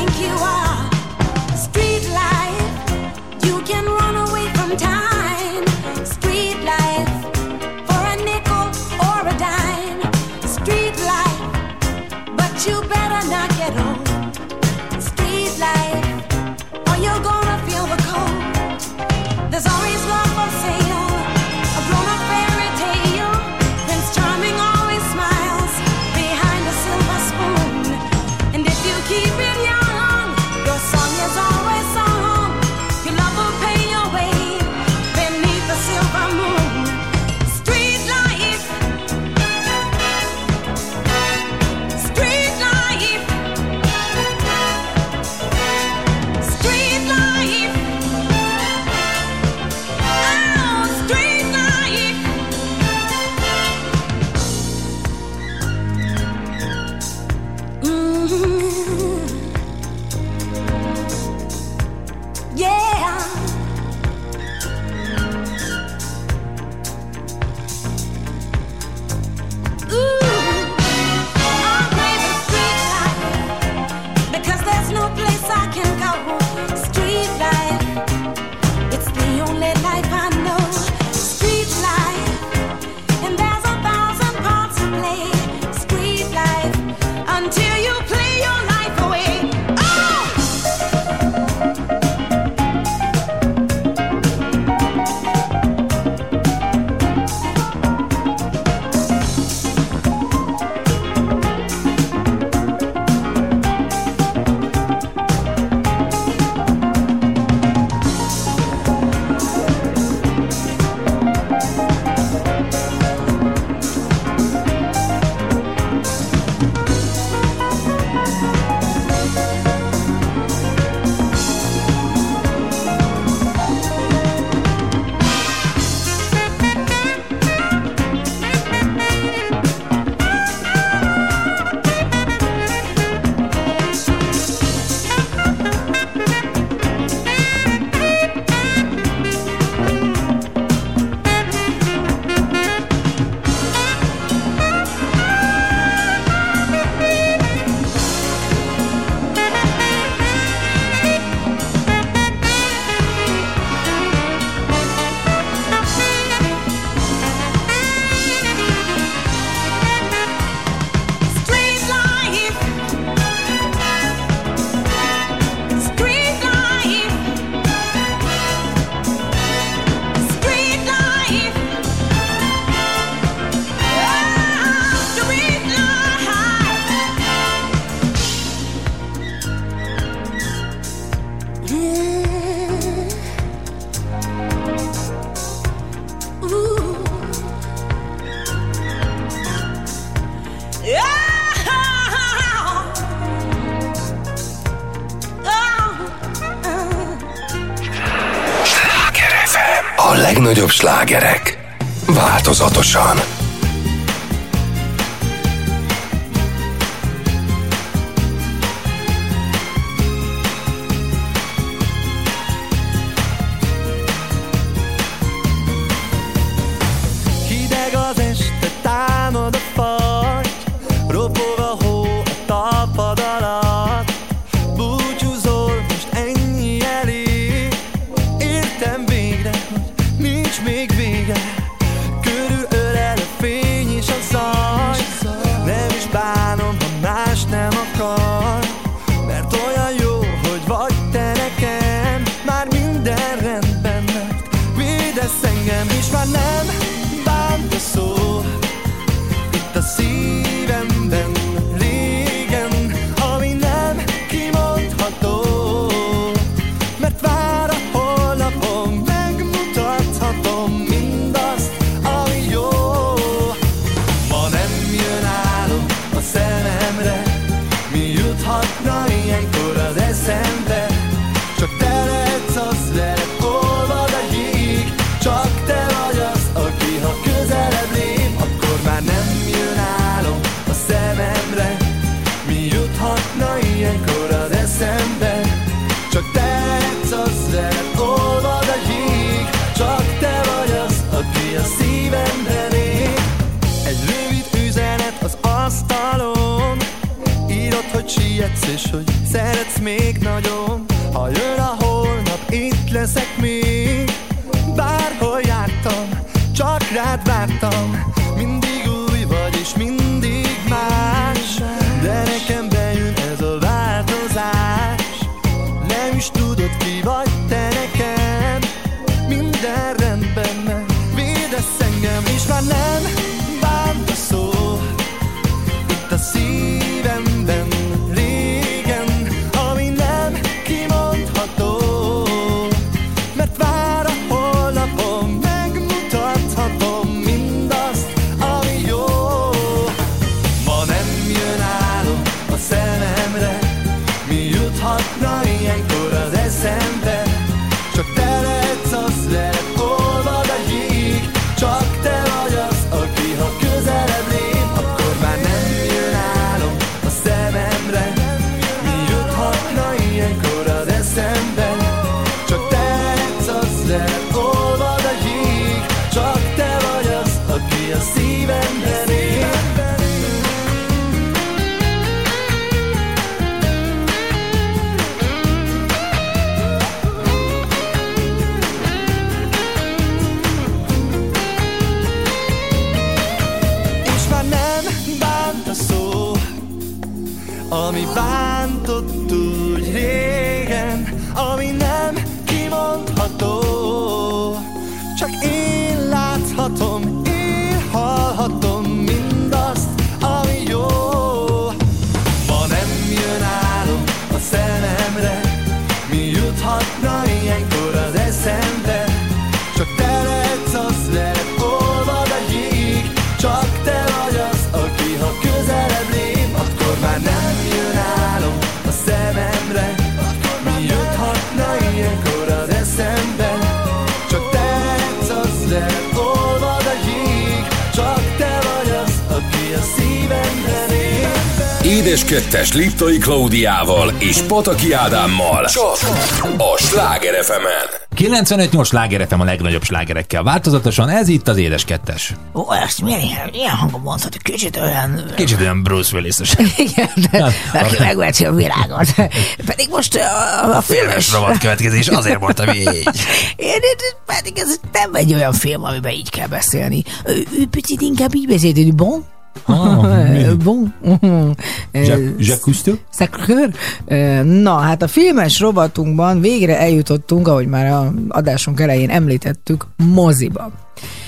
legnagyobb slágerek változatosan. Hideg az este, támad a fagy, ropog a hó a talpad alatt. Búcsúzol, most ennyi elég. Értem végre, hogy nincs még vége. Körülölel a fény és a zaj. Nem is bánom, ha más nem akar, mert olyan jó, hogy vagy te nekem. Már minden rendben, mert védesz engem, és már nem bánt a szó itt a szívemben régen, ami nem kimondható, mert vár a holnapom, megmutathatom mindazt, ami jó. Ma nem jön álom a szememre, mi juthatna ilyenkor az eszembe. Csak te lehetsz az, veled olvad a jég, csak te vagy az, aki ha közelebb lép, akkor már nem jön álom a szememre. Mi juthatna ilyenkor az eszembe? Csak te lehetsz az, veled olvad a jég, csak te vagy az, aki a szívemre lép. Egy rövid üzenet az asztalon, írod, hogy sietsz és hogy szeretsz még nagyon. Ha jön a holnap, itt leszek még. Bárhol jártam, csak rád vártam. Mindig új vagy és mindig más, de nekem bejön ez a változás. Nem is tudod, ki vagy te nekem. Minden rendben, mert védesz engem, és már nem bánt a szó itt a szívemben régen, ami nem kimondható, mert vár a holnapom, megmutathatom mindazt, ami jó. Ma nem jön álom a szememre, mi juthatna ilyenkor az eszembe. Csak te lehetsz az, veled olvad a jég, csak te vagy az, aki ha közelebb lép, akkor már nem jön álom a szememre. Mi juthatna ilyenkor az eszembe? Csak te lehetsz az, veled olvad a jég, csak te vagy az, aki a szívemre lép. És már nem bánt a szó, ami bántott úgy régen, ami nem kimondható. Csak én láthatom, én hallhatom mindazt, ami jó. Ma nem jön álom a szememre, mi juthatna ilyenkor az eszembe. Csak te lehetsz az, veled olvad a jég, csak te vagy az, aki ha közelebb lép, akkor már nem jön álom a szememre. Mi juthatna ilyenkor az eszembe? Csak te lehetsz az, veled olvad a jég, csak te vagy az, aki a szívemre lép. Édes kettes Liptai Klaudiával és Pataki Ádámmal csak a Sláger ef emen. kilencvenöt nyolc Sláger ef em a legnagyobb slágerekkel változatosan, ez itt az Édes kettes. Ó, ezt milyen, ilyen hangon mondhatod, kicsit olyan... Kicsit olyan Bruce Willis-os. Igen, de aki megveti a világot. Pedig most a, a filmes... rovat következés, azért mondtam így. Én, pedig ez nem egy olyan film, amiben így kell beszélni. Ő, ő picit inkább így beszélt, hogy bon, Ah, bon. Jacques Cousteau? Sacré-Cœur? Na, hát a filmes rovatunkban végre eljutottunk, ahogy már a adásunk elején említettük, moziba.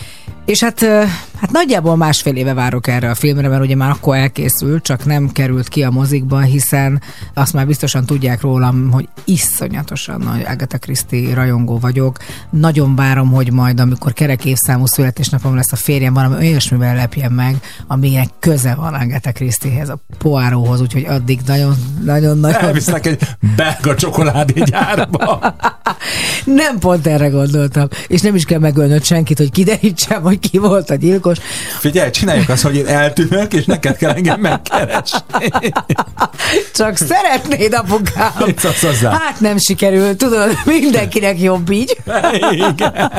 És hát, hát nagyjából másfél éve várok erre a filmre, mert ugye már akkor elkészült, csak nem került ki a mozikba, hiszen azt már biztosan tudják rólam, hogy iszonyatosan nagy Agatha Christie rajongó vagyok. Nagyon várom, hogy majd, amikor kerek évszámú születésnapom lesz a férjem, valami olyasmivel lepjen meg, aminek köze van Agatha Christiehez, a Poirothoz, úgyhogy addig nagyon-nagyon-nagyon... Elvisznek egy belga csokoládégyárba. Nem pont erre gondoltam, és nem is kell megölnöd senkit, hogy kiderítsem, hogy ki volt a gyilkos. Figyelj, csináljuk azt, hogy én eltűnök, és neked kell engem megkeresni. Csak szeretnéd, apukám. Hát nem sikerül, tudod, mindenkinek jobb így. Igen.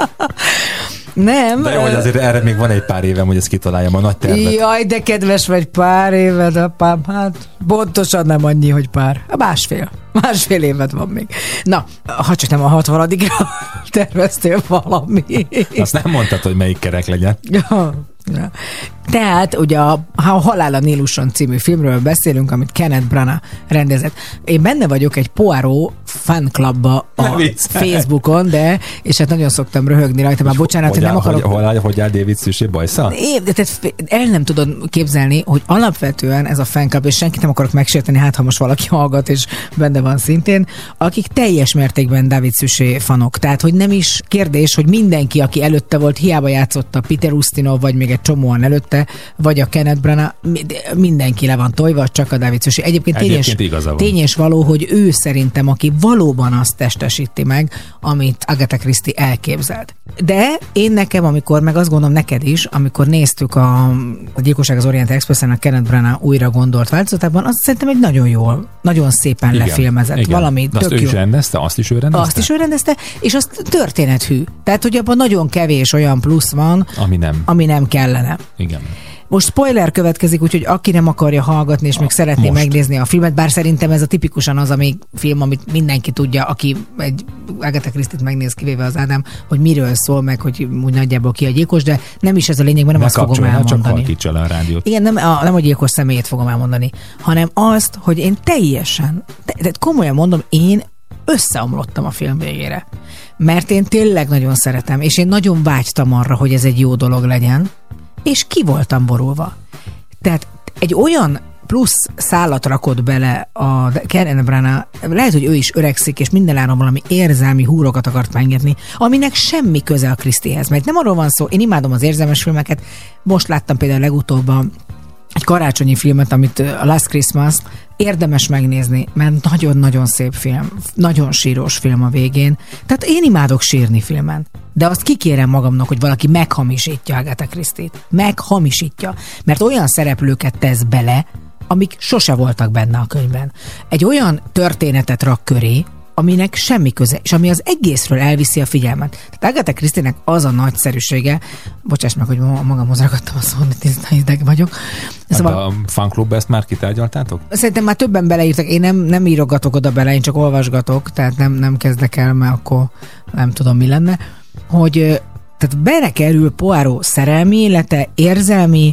Nem. De jó, hogy azért erre még van egy pár évem, hogy ezt kitaláljam a nagy tervet. Jaj, de kedves vagy, pár éved, apám. Hát pontosan nem annyi, hogy pár. Másfél. Másfél évad van még. Na, ha csak nem a hatvanadikra terveztél valami. Azt nem mondtad, hogy melyik kerek legyen. Ja. Ja. Tehát ugye a, a Halál a Níluson című filmről beszélünk, amit Kenneth Branagh rendezett. Én benne vagyok egy Poirot fanclubba a Facebookon, de, és hát nagyon szoktam röhögni rajta, már bocsánat, hogy, hogy nem akarok... Hogy, hol áll, hogy áll David Suchet bajsza? Én, de tehát el nem tudod képzelni, hogy alapvetően ez a fanclub, és senkit nem akarok megsérteni, hát ha most valaki hallgat, és benne van szintén, akik teljes mértékben David Suchet fanok. Tehát, hogy nem is kérdés, hogy mindenki, aki előtte volt, hiába játszotta Peter Ustinov, vagy még egy csomóan előtte, vagy a Kenneth Branagh, mindenki le van tojva, csak a David Suchet. Egyébként, Egyébként tényes, tényes való, hogy ő szerintem, aki valóban azt testesíti meg, amit Agatha Christie elképzelt. De én nekem, amikor, meg azt gondolom neked is, amikor néztük a, a Gyilkosság az Orient Expressen a Kenneth Branagh újra gondolt változatában, azt szerintem egy nagyon jól, nagyon szépen igen, lefilmezett. Igen. Valami de azt tök ő is jó. rendezte? Azt is ő rendezte? Azt is ő rendezte, és az történethű. Tehát, hogy abban nagyon kevés olyan plusz van, ami nem, ami nem kellene. Igen. Most spoiler következik, úgyhogy aki nem akarja hallgatni, és még szeretné most megnézni a filmet, bár szerintem ez a tipikusan az, ami film, amit mindenki tudja, aki egy Agatha Christie-t megnéz, kivéve az Ádám, hogy miről szól, meg hogy úgy nagyjából ki a gyilkos, de nem is ez a lényeg, mert nem azt fogom elmondani. Csak halkítsa le a rádiót. Igen, nem a, nem a gyilkos személyét fogom elmondani, hanem azt, hogy én teljesen, de komolyan mondom, én összeomlottam a film végére. Mert én tényleg nagyon szeretem, és én nagyon vágytam arra, hogy ez egy jó dolog legyen, és ki voltam borulva. Tehát egy olyan plusz szállat rakott bele a Kenneth Branagh, lehet, hogy ő is öregszik, és mindenáron valami érzelmi húrokat akart megnyitni, aminek semmi köze a Christiehez. Mert nem arról van szó, én imádom az érzelmes filmeket, most láttam például legutóbb egy karácsonyi filmet, amit a Last Christmas, érdemes megnézni, mert nagyon-nagyon szép film, nagyon sírós film a végén. Tehát én imádok sírni filmen. De azt kikérem magamnak, hogy valaki meghamisítja Agatha Christie-t. Meghamisítja. Mert olyan szereplőket tesz bele, amik sose voltak benne a könyvben. Egy olyan történetet rak köré, aminek semmi köze, és ami az egészről elviszi a figyelmet. Tehát Agatha Christie-nek az a nagyszerűsége, bocsáss meg, hogy magamhoz ragadtam a szót, ideg vagyok. Szóval, hát a fanklubba ezt már kitárgyaltátok? Szerintem már többen beleírtak, én nem, nem írogatok oda bele, én csak olvasgatok, tehát nem, nem kezdek el, mert akkor nem tudom, mi lenne, hogy tehát belekerül Poirot szerelmi élete, érzelmi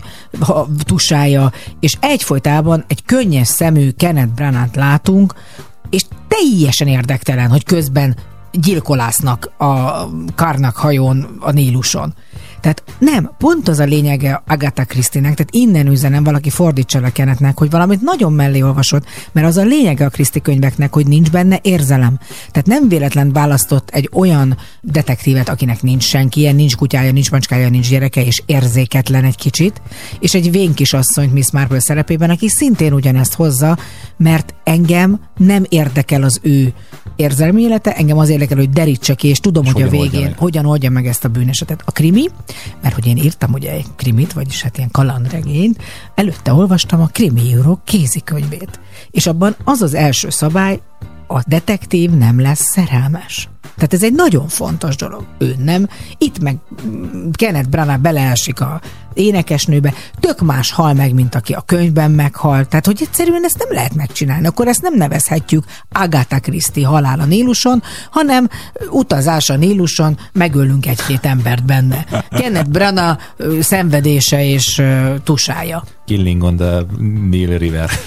tusája, és egyfolytában egy könnyes szemű Kenneth Branagh-t látunk, és teljesen érdektelen, hogy közben gyilkolásznak a Karnak hajón a Níluson. Tehát nem, pont az a lényege Agatha Christie-nek, tehát innen üzenem, valaki fordítsa le Kennethnek, hogy valamit nagyon mellé olvasod, mert az a lényege a Christie könyveknek, hogy nincs benne érzelem. Tehát nem véletlen választott egy olyan detektívet, akinek nincs senkije, nincs kutyája, nincs macskája, nincs gyereke, és érzéketlen egy kicsit, és egy vén kisasszonyt Miss Marple szerepében, aki szintén ugyanezt hozza, mert engem nem érdekel az ő érzelmi élete, engem az érdekel, hogy derítse ki, és tudom, és hogy a végén hogyan oldja meg ezt a bűnesetet. A krimi, mert hogy én írtam ugye egy krimit, vagyis hát ilyen kalandregényt, előtte olvastam a Krimiíró kézikönyvét. És abban az az első szabály, a detektív nem lesz szerelmes. Tehát ez egy nagyon fontos dolog. Ő nem. Itt meg Kenneth Branagh beleesik a énekesnőbe, tök más hal meg, mint aki a könyvben meghal. Tehát, hogy egyszerűen ezt nem lehet megcsinálni. Akkor ezt nem nevezhetjük Agatha Christie Halál a Níluson, hanem utazás a Níluson, megölünk egy-két embert benne. Kenneth Branagh szenvedése és tusája. Killing on the Nile River.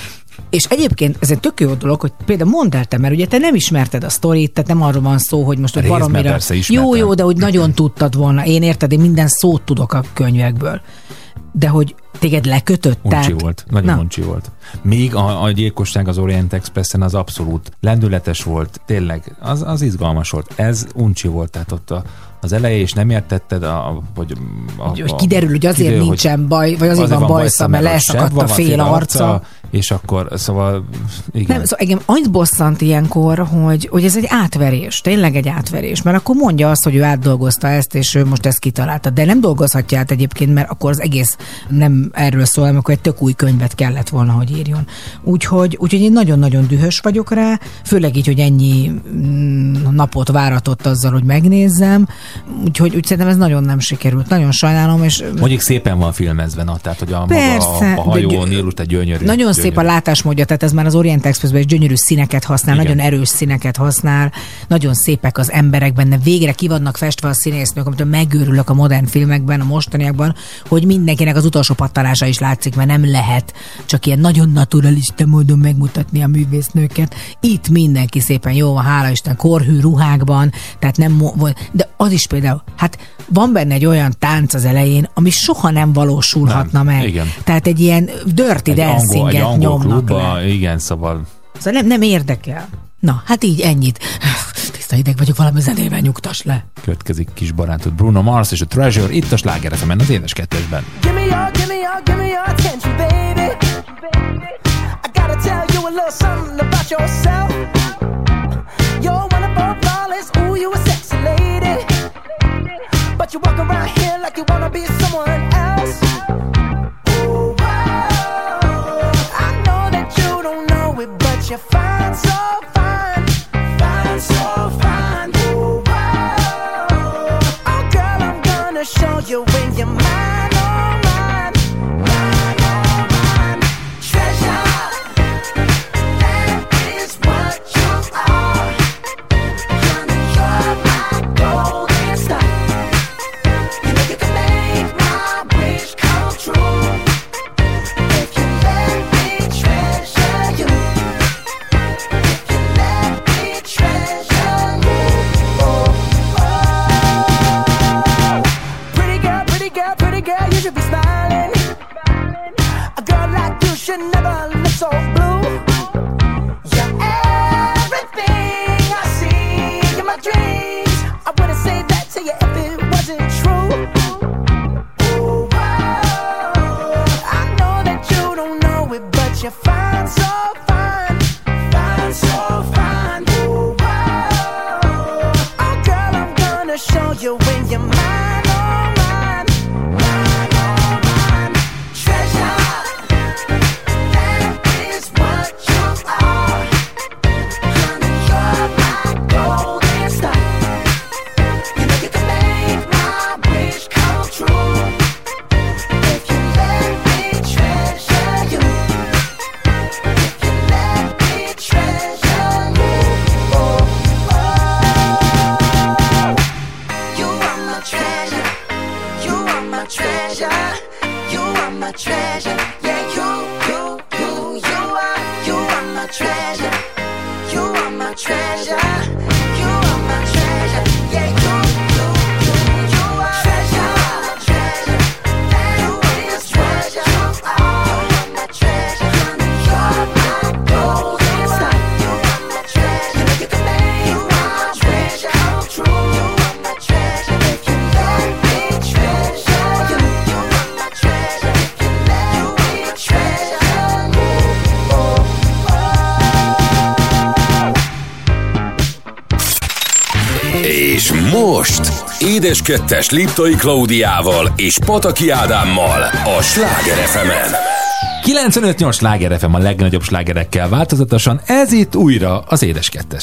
És egyébként ez egy tök jó dolog, hogy például mondd el te, mert ugye te nem ismerted a sztorit, tehát nem arról van szó, hogy most hogy baromira... Jó, jó, de hogy nagyon tudtad volna. Én érted, én minden szót tudok a könyvekből. De hogy téged lekötött? Uncsi tehát... volt, nagyon Na. uncsi volt. Még a, a gyilkosság az Orient Expressen az abszolút lendületes volt, tényleg, az, az izgalmas volt. Ez uncsi volt, tehát ott a, az eleje, és nem értetted, a, hogy... A, hogy, hogy kiderül, hogy azért hogy nincsen baj, vagy azért, azért van bajsza, mert leszakadt a fél arca. arca. És akkor, szóval, igen. Nem, szóval engem annyit bosszant ilyenkor, hogy, hogy ez egy átverés, tényleg egy átverés, mert akkor mondja azt, hogy ő átdolgozta ezt, és ő most ezt kitalálta, de nem dolgozhatja át egyébként, mert akkor az egész nem erről szól, hanem akkor egy tök új könyvet kellett volna, hogy írjon. Úgyhogy, úgyhogy én nagyon-nagyon dühös vagyok rá, főleg így, hogy ennyi napot váratott azzal, hogy megnézzem, úgyhogy úgy szerintem ez nagyon nem sikerült, nagyon sajnálom, és... Mondjuk szépen van filmezve, na, tehát, hogy a, Persze, maga, a, a hajó, Nílust egy gyönyörű. Nagyon szép a látásmódja, tehát ez már az Orient Expressben is gyönyörű színeket használ, igen. Nagyon erős színeket használ, nagyon szépek az emberek benne, végre ki vannak festve a színésznők, amitől megőrülök a modern filmekben, a mostaniakban, hogy mindenkinek az utolsó pattanása is látszik, mert nem lehet csak ilyen nagyon naturalista módon megmutatni a művésznőket. Itt mindenki szépen jó van, hála Isten, korhű ruhákban, tehát nem mo- de az is például, hát van benne egy olyan tánc az elején, ami soha nem valósulhatna nem, meg. Igen. Tehát egy ilyen dirty dancinget nyomnak klubba, le. Igen, szóval... Szóval nem, nem érdekel. Na, hát így ennyit. Tiszta ideg vagyok, valami zenével nyugtass le. Következik kis barátod Bruno Mars és a Treasure itt a Sláger ef emen az Édes Kettesben. Give me your, give me your, give me your attention, baby. I gotta tell you a little something about yourself. You're one of our flawless, ooh, you a sexy lady. But you walk around here like you wanna be someone else. Ooh, wow. I know that you don't know it, but you're fine, so fine. Fine, so fine. Ooh, wow. Oh, girl, I'm gonna show you when you're mine, oh, mine. Mine, oh, mine. Treasure, that is what you are. Honey, you're my golden star. You know you can make my wish come true. If you let me treasure you. If you let me treasure you. Oh, oh. Pretty girl, pretty girl, pretty girl, you should be smiling. A girl like you should never look so blue. You're everything I see in my dreams. I wouldn't say that to you if it wasn't true. Ooh, wow. I know that you don't know it, but you're fine, so fine. Fine, so fine. Ooh, wow. Oh, girl, I'm gonna show you when you're mine, oh, mine. Mine, oh, mine. Treasure, that is what you are. Honey, you're my golden star. You know you can make my wish come true. If you let me treasure you. If you let me treasure you. Oh, oh. You are my treasure. You are my treasure. You are my treasure. Yeah, you, you, you, you are. You are my treasure. You are my treasure. You are my treasure. Yeah, you, you, you, you are. Treasure, treasure. That is treasure. You are my treasure. Honey, you're my golden star. You are my treasure. You know you can make my treasure come true. You are my treasure. If you let me treasure you. You are my treasure. If you let me treasure you. Oh, oh. És most Édes Kettes Liptai Klaudiával és Pataki Ádámmal a Sláger ef emen. kilencvenöt nyolc Sláger ef em a legnagyobb slágerekkel változatosan, ez itt újra az Édes Kettes.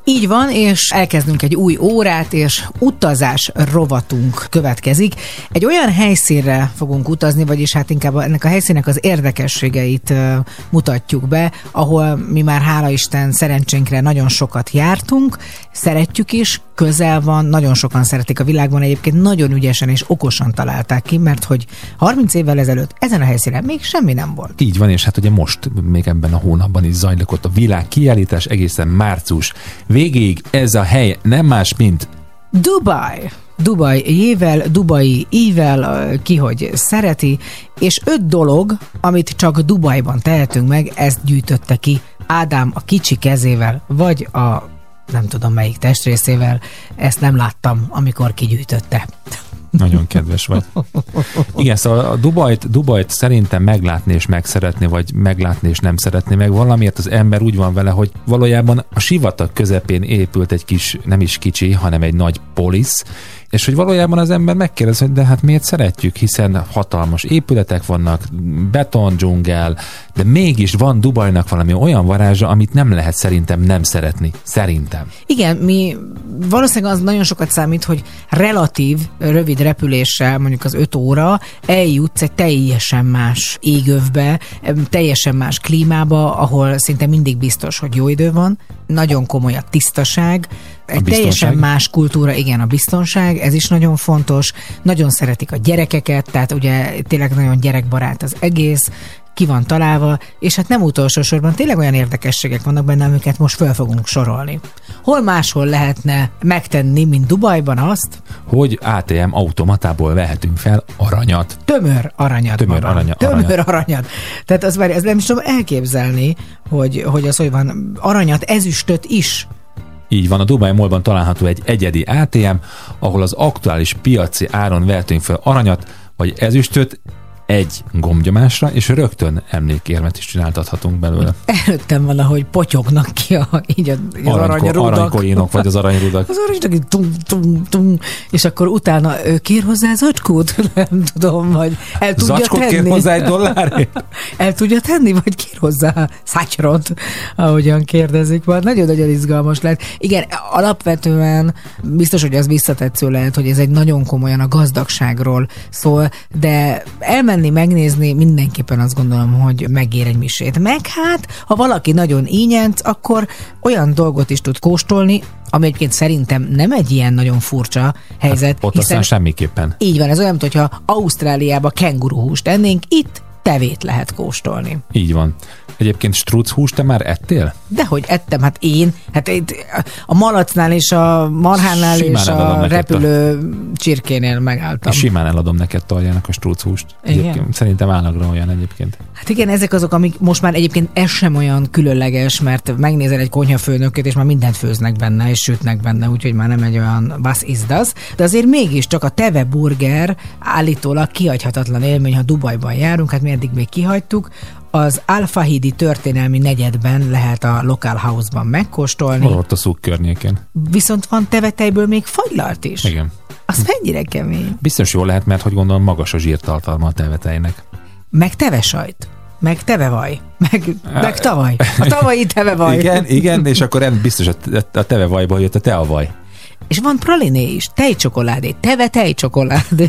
Így van, és elkezdünk egy új órát, és utazás rovatunk következik. Egy olyan helyszínre fogunk utazni, vagyis hát inkább ennek a helyszínnek az érdekességeit uh, mutatjuk be, ahol mi már hála Isten szerencsénkre nagyon sokat jártunk, szeretjük is, közel van, nagyon sokan szeretik a világban, egyébként nagyon ügyesen és okosan találták ki, mert hogy harminc évvel ezelőtt ezen a helyszínen még semmi nem volt. Így van, és hát ugye most még ebben a hónapban is zajlik ott a világkiállítás egészen március végéig. Ez a hely nem más, mint Dubaj. Dubaj jével, Dubai ível, ki hogy szereti, és öt dolog, amit csak Dubajban tehetünk meg, ezt gyűjtötte ki Ádám a kicsi kezével, vagy a nem tudom melyik testrészével, ezt nem láttam, amikor kigyűjtötte. Nagyon kedves vagy. Igen, szóval a Dubajt, Dubajt szerintem meglátni és megszeretni, vagy meglátni és nem szeretni meg. Valamiért az ember úgy van vele, hogy valójában a sivatag közepén épült egy kis, nem is kicsi, hanem egy nagy polisz, és hogy valójában az ember megkérdez, hogy de hát miért szeretjük, hiszen hatalmas épületek vannak, beton, dzsungel, de mégis van Dubajnak valami olyan varázsa, amit nem lehet szerintem nem szeretni. Szerintem. Igen, mi valószínűleg az nagyon sokat számít, hogy relatív rövid repüléssel, mondjuk az öt óra, eljutsz egy teljesen más égövbe, teljesen más klímába, ahol szinte mindig biztos, hogy jó idő van, nagyon komoly a tisztaság, egy teljesen más kultúra, igen, a biztonság, ez is nagyon fontos, nagyon szeretik a gyerekeket, tehát ugye tényleg nagyon gyerekbarát az egész, ki van találva, és hát nem utolsó sorban tényleg olyan érdekességek vannak benne, amiket most fel fogunk sorolni. Hol máshol lehetne megtenni, mint Dubajban azt, hogy á té em automatából vehetünk fel aranyat. Tömör aranyat. Tömör aranyat. Tömör aranyat. Tehát az már, ez nem is tudom elképzelni, hogy, hogy az, hogy van aranyat, ezüstöt is. Így van, a Dubai Mallban található egy egyedi á té em, ahol az aktuális piaci áron vehetünk fel aranyat, vagy ezüstöt egy gombnyomásra, és rögtön emlékérmet is csináltathatunk belőle. Előttem van, ahogy potyognak ki a, így az Aranyko, aranyrudak. Aranykoinok, vagy az aranyrudak. Az aranyrudak így tum, tum, tum, és akkor utána ő kér hozzá zacskót, nem tudom, vagy el tudja Zacskót tenni. kér hozzá egy dollárért? El tudja tenni, vagy kér hozzá szátyrot, ahogyan kérdezik. Már nagyon-nagyon izgalmas lehet. Igen, alapvetően biztos, hogy az visszatetsző lehet, hogy ez egy nagyon komolyan a gazdagságról szól, de elmenni, megnézni, mindenképpen azt gondolom, hogy megér egy misét. Meg hát, ha valaki nagyon ínyenc, akkor olyan dolgot is tud kóstolni, ami egyébként szerintem nem egy ilyen nagyon furcsa helyzet. Hát, ott aztán semmiképpen. Így van, ez olyan, mintha Ausztráliába kenguruhúst ennénk, itt tevét lehet kóstolni. Így van. Egyébként struchúst te már ettél? Dehogy ettem, hát én, hát itt a malacnál és a marhánál simán és a repülő a... csirkénél megálltam. És simán eladom neked Taljának a struchúst. Szerintem állagra olyan egyébként. Hát igen, ezek azok, amik most már egyébként ez sem olyan különleges, mert megnézel egy konyhafőnököt, és már mindent főznek benne, és sütnek benne, úgyhogy már nem egy olyan was is das. De azért mégiscsak a teve burger állítólag kihagyhatatlan élmény, ha Dubajban járunk, hát mi eddig még kihagytuk. Az Al-Fahidi történelmi negyedben lehet a Local House-ban megkóstolni. Ott a szúk környékén. Viszont van tevetejből még fagylalt is. Igen. Az mennyire kemény. Biztos jól lehet, mert hogy gondolom magas a zsírtartalma a tevetejnek. Meg tevesajt. Meg tevevaj. Meg, meg tavaly. A tavalyi tevevaj. Igen, igen, és akkor biztos a tevevajból jött a teavaj. És van praliné is, tejcsokoládé, teve tejcsokoládé.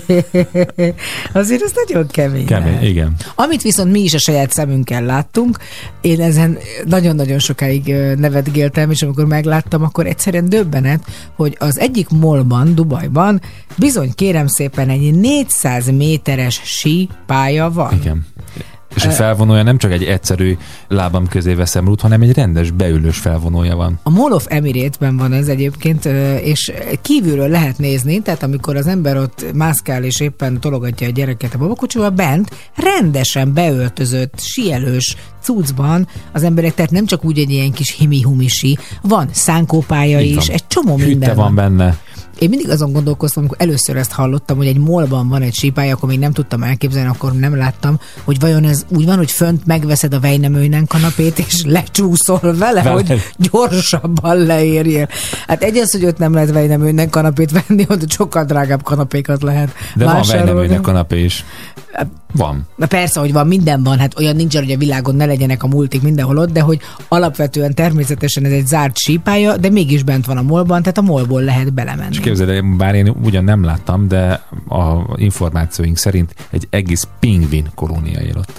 Azért ez nagyon kemény. Kemény, lehet. Igen. Amit viszont mi is a saját szemünkkel láttunk, én ezen nagyon-nagyon sokáig nevetgéltem, és amikor megláttam, akkor egyszerűen döbbenet, hogy az egyik mallban, Dubajban bizony kérem szépen egy négyszáz méteres sípálya van. Igen. És a felvonója nem csak egy egyszerű lábam közé veszem rút, hanem egy rendes beülős felvonója van. A Mall of Emirates-ben van ez egyébként, és kívülről lehet nézni, tehát amikor az ember ott mászkál és éppen tologatja a gyereket a babakocsival, bent rendesen beöltözött, síelős cuccban az emberek, tehát nem csak úgy egy ilyen kis himi-humisi, van szánkópálya is, egy csomó Hütte minden van. van benne. Én mindig azon gondolkoztam, amikor először ezt hallottam, hogy egy mallban van egy sípálya, akkor még nem tudtam elképzelni, akkor nem láttam, hogy vajon ez úgy van, hogy fönt megveszed a Vejnemőnen kanapét, és lecsúszol vele, vele, hogy gyorsabban leérjél. Hát egy az, hogy ott nem lehet Vejnemőnen kanapét venni, ott sokkal drágább kanapékat lehet De vásárolni. Van Vejnemőnen kanapé is. Van. Na persze, hogy van, minden van, hát olyan nincs, hogy a világon ne legyenek a multik mindenhol ott, de hogy alapvetően természetesen ez egy zárt sípálya, de mégis bent van a mallban, tehát a mallból lehet belemenni. És képzeld, bár én ugyan nem láttam, de a információink szerint egy egész pingvin kolónia él ott.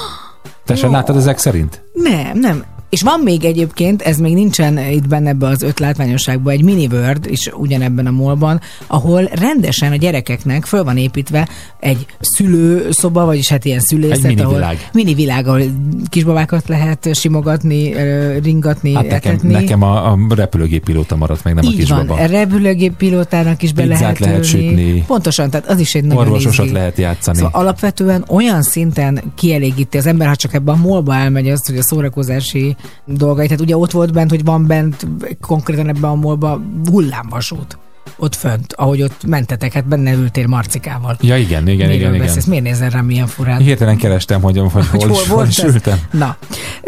Te sem láttad ezek szerint? Nem, nem. És van még egyébként, ez még nincsen itt benne ebbe az öt látványosságban, egy mini world is ugyanebben a mallban, ahol rendesen a gyerekeknek föl van építve egy szülőszoba, vagyis hát ilyen szülészet, egy mini ahol világ. mini világ, ahol kisbabákat lehet simogatni, ringatni, hát etetni. Nekem, nekem a, a repülőgéppilóta maradt meg, nem így a kisbaba. Van, a repülőgépilótának is be lehet, lehet sütni. Pontosan, tehát az is egy nagyon orvososat izgi. lehet játszani. Szóval alapvetően olyan szinten kielégíti az ember, ha csak ebben a mallba elmegy azt, hogy a szórakozási dolgai. Tehát ugye ott volt bent, hogy van bent konkrétan ebben a mallban hullámvasút. Ott fönt, ahogy ott mentetek, hát benne ültél Marcikával. Ja, igen, igen, igen, igen. Ezt miért nézel rám milyen furán? Hirtelen kerestem, hogy, hogy, hogy hol, hol, hol is ültem. Na,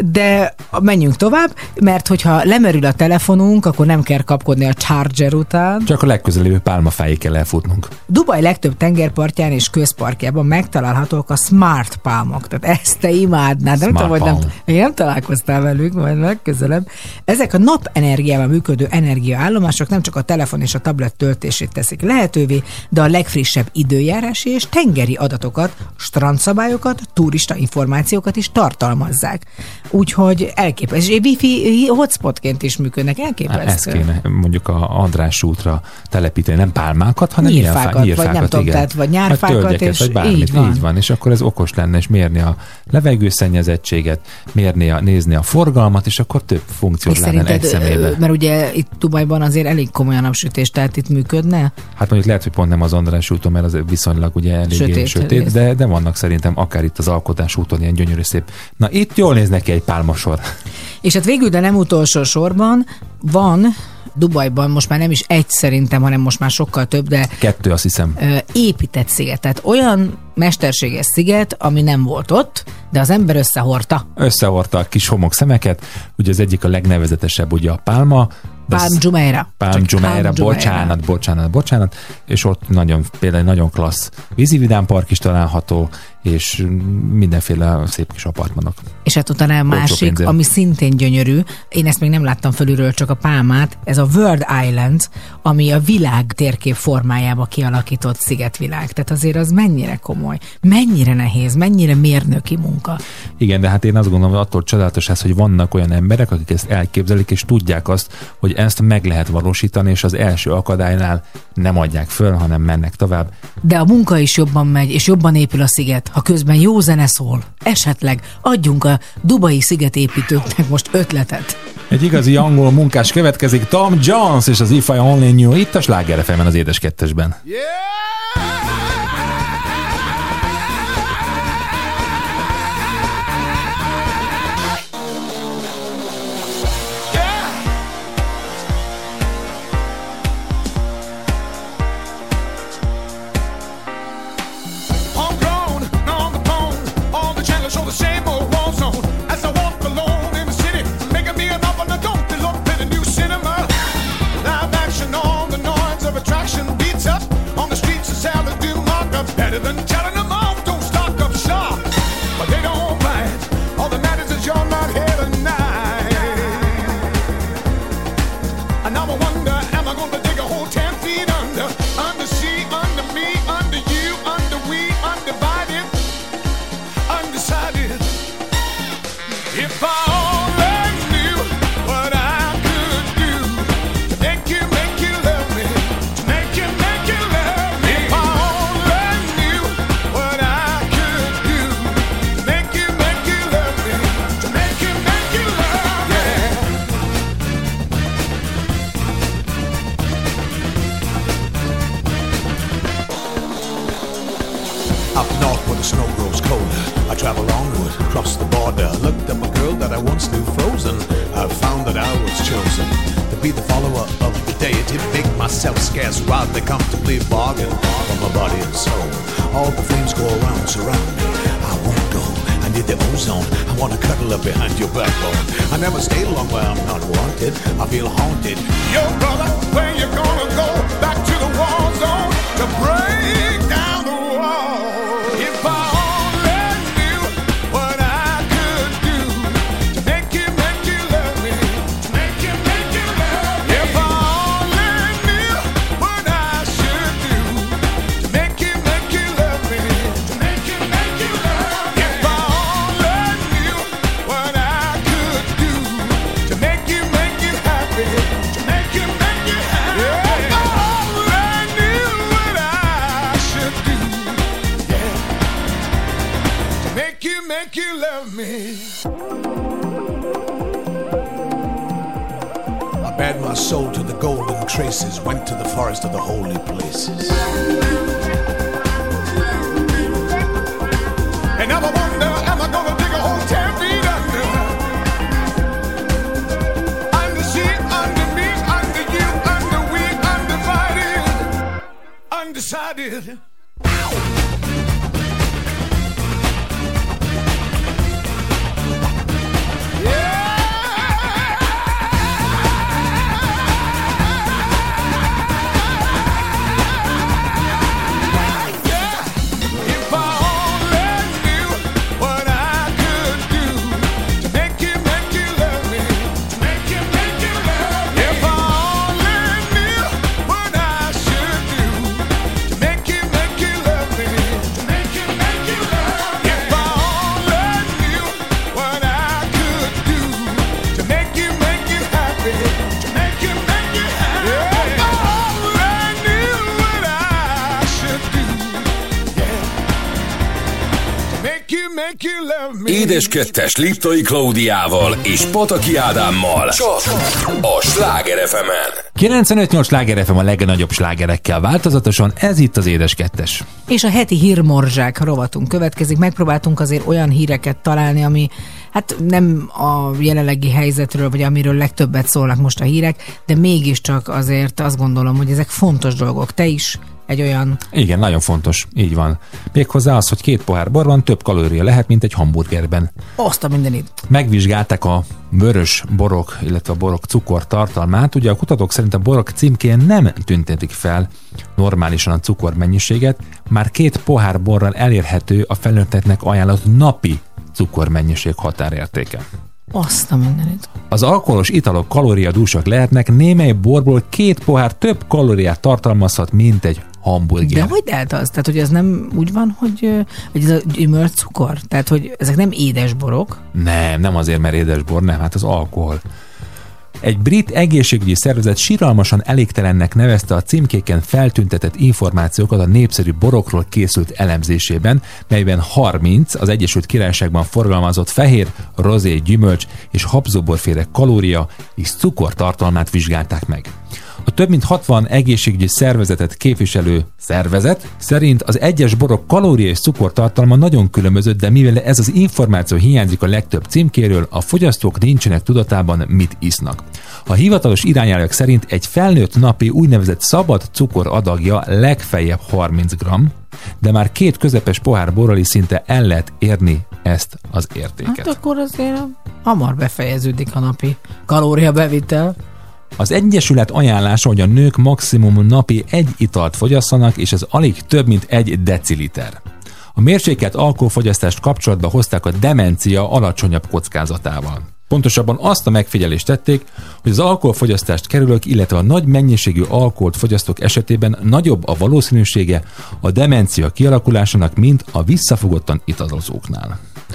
de menjünk tovább, mert hogyha lemerül a telefonunk, akkor nem kell kapkodni a charger után. Csak a legközelebbi pálmafáig kell elfutnunk. Dubaj legtöbb tengerpartján és közparkjában megtalálhatók a smart pálmok. Tehát ezt te imádnád. Nem tudom, hogy nem, nem találkoztál velük, majd legközelebb. Ezek a napenergiával működő energiaállomások nem csak a telefon és a tablet töltését teszik lehetővé, de a legfrissebb időjárási és tengeri adatokat, strandszabályokat, turista információkat is tartalmazzák. Úgyhogy elképesztő. És wifi hotspotként is működnek, elképesztő. Ezt kéne mondjuk a András útra telepíteni, nem pálmákat, hanem nyírfákat, nyírfákat, vagy nem tudom, tehát, vagy nyárfákat, vagy és vagy bármit, így van. így van. És akkor ez okos lenne, és mérni a levegőszennyezettséget, mérni a, nézni a forgalmat, és akkor több funkciót lenne egy szemébe. Mert ugye itt Dubajban azért elég komoly a napsütés, tehát itt működne? Hát mondjuk lehet, hogy pont nem az András úton, mert az viszonylag ugye eléggé sötét, sötét de, de vannak szerintem akár itt az Alkotás úton ilyen gyönyörű szép. Na itt jól néz neki egy pálmasor. És hát végül, de nem utolsó sorban van Dubajban most már nem is egy szerintem, hanem most már sokkal több, de kettő, azt hiszem. Épített sziget. Tehát olyan mesterséges sziget, ami nem volt ott, de az ember összehordta. Összehordta a kis homok szemeket. Ugye az egyik a legnevezetesebb ugye a pálma. Palm Jumeirah. Palm Jumeirah, bocsánat, bocsánat, bocsánat. És ott nagyon, például nagyon klassz vízividám park is található, és mindenféle szép kis apartmanok. És hát utána a másik, ami szintén gyönyörű, én ezt még nem láttam fölülről, csak a pálmát, ez a World Island, ami a világ térkép formájába kialakított szigetvilág. Tehát azért az mennyire komoly, mennyire nehéz, mennyire mérnöki munka. Igen, de hát én azt gondolom, hogy attól csodálatos ez, hogy vannak olyan emberek, akik ezt elképzelik, és tudják azt, hogy ezt meg lehet valósítani, és az első akadálynál nem adják föl, hanem mennek tovább. De a munka is jobban megy, és jobban épül a sziget, ha közben jó zene szól. Esetleg adjunk a dubai szigetépítőknek most ötletet. Egy igazi angol munkás következik, Tom Jones és az If I Only Knew, itt a Sláger ef emen az Édes Kettesben. Yeah! If I make you, make you love me. I bared my soul to the golden traces, went to the forest of the holy places. And I wonder, am I gonna dig a hole ten feet under? Under she, under me, under you, under we, undivided, undecided. Édes kettes Liptai Klaudiával és Pataki Ádámmal csak a Sláger ef emen. kilencvenöt nyolc Sláger ef em a legnagyobb slágerekkel változatosan, ez itt az Édes kettes. És a heti hírmorzsák rovatunk következik. Megpróbáltunk azért olyan híreket találni, ami hát nem a jelenlegi helyzetről, vagy amiről legtöbbet szólnak most a hírek, de mégiscsak azért azt gondolom, hogy ezek fontos dolgok. Te is egy olyan... Igen, nagyon fontos, így van. Méghozzá az, hogy két pohár borban több kalória lehet, mint egy hamburgerben. Azt a mindenit. Megvizsgálták a vörös borok, illetve a borok cukortartalmát. Ugye a kutatók szerint a borok címkén nem tüntetik fel normálisan a cukormennyiséget, már két pohár borral elérhető a felnőtteknek ajánlott napi cukormennyiség határértéke. Azt a mindenit. Az alkoholos italok kalóriadúsak lehetnek, némely borból két pohár több kalóriát tartalmazhat, mint egy hamburger. De hogy lehet az? Tehát, hogy ez nem úgy van, hogy, hogy ez a gyümölcscukor? Tehát, hogy ezek nem édes borok? Nem, nem azért, mert édes bor, nem, hát az alkohol. Egy brit egészségügyi szervezet siralmasan elégtelennek nevezte a címkéken feltüntetett információkat a népszerű borokról készült elemzésében, melyben harminc az Egyesült Királyságban forgalmazott fehér, rozé, gyümölcs és habzóborféle kalória és cukortartalmát vizsgálták meg. A több mint hatvan egészségügyi szervezetet képviselő szervezet szerint az egyes borok kalória és cukortartalma nagyon különböző, de mivel ez az információ hiányzik a legtöbb címkéről, a fogyasztók nincsenek tudatában, mit isznak. A hivatalos irányelvek szerint egy felnőtt napi úgynevezett szabad cukor adagja legfeljebb harminc gramm, de már két közepes pohár borral is szinte el lehet érni ezt az értéket. Hát akkor azért hamar befejeződik a napi kalóriabevitel. Az Egyesület ajánlása, hogy a nők maximum napi egy italt fogyasszanak, és ez alig több, mint egy deciliter. A mérsékelt alkoholfogyasztást kapcsolatba hozták a demencia alacsonyabb kockázatával. Pontosabban azt a megfigyelést tették, hogy az alkoholfogyasztást kerülők, illetve a nagy mennyiségű alkoholt fogyasztók esetében nagyobb a valószínűsége a demencia kialakulásának, mint a visszafogottan italozóknál.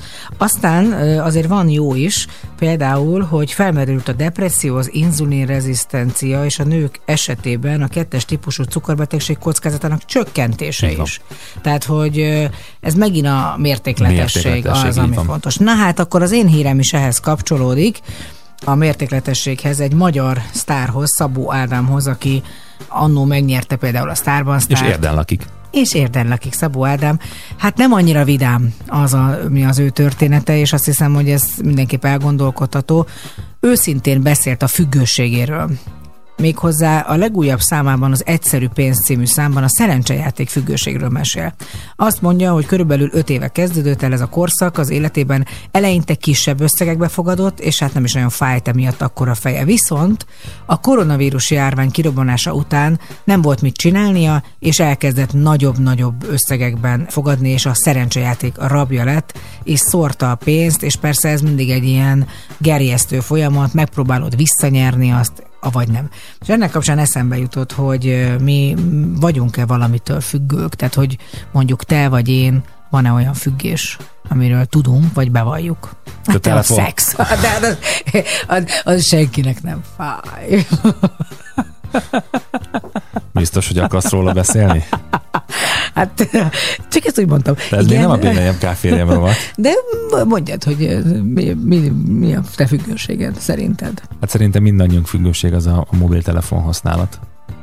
Aztán azért van jó is, például, hogy felmerült a depresszió, az inzulinrezisztencia és a nők esetében a kettes típusú cukorbetegség kockázatának csökkentése is. Tehát, hogy ez megint a mértékletesség, mértékletesség az, ami fontos. Na hát akkor az én hírem is ehhez kapcsolódik, a mértékletességhez, egy magyar sztárhoz, Szabó Ádámhoz, aki annó megnyerte például a Sztárban Sztárt. És Érden lakik. És Érden lakik Szabó Ádám. Hát nem annyira vidám az, a, mi az ő története, és azt hiszem, hogy ez mindenképp elgondolkodható. Őszintén beszélt a függőségéről. Méghozzá a legújabb számában, az Egyszerű pénz című számban a szerencsejáték függőségről mesél. Azt mondja, hogy körülbelül öt éve kezdődött el ez a korszak, az életében eleinte kisebb összegekbe fogadott, és hát nem is nagyon fájt emiatt akkora feje. Viszont a koronavírus járvány kirobbanása után nem volt mit csinálnia, és elkezdett nagyobb-nagyobb összegekben fogadni, és a szerencsejáték a rabja lett, és szórta a pénzt, és persze ez mindig egy ilyen gerjesztő folyamat, megpróbálod visszanyerni azt, avagy nem. És ennek kapcsán eszembe jutott, hogy mi vagyunk-e valamitől függők, tehát hogy mondjuk te vagy én, van-e olyan függés, amiről tudunk, vagy bevalljuk. Hát a szex. De az, az, az senkinek nem fáj. Biztos, hogy akarsz róla beszélni? Hát csak ezt úgy mondtam. De ez még nem a bé en em ká-férjem rovat. De mondjad, hogy mi, mi, mi a te függőséged szerinted? Hát szerintem mindannyiunk függőség az a, a mobiltelefon használat.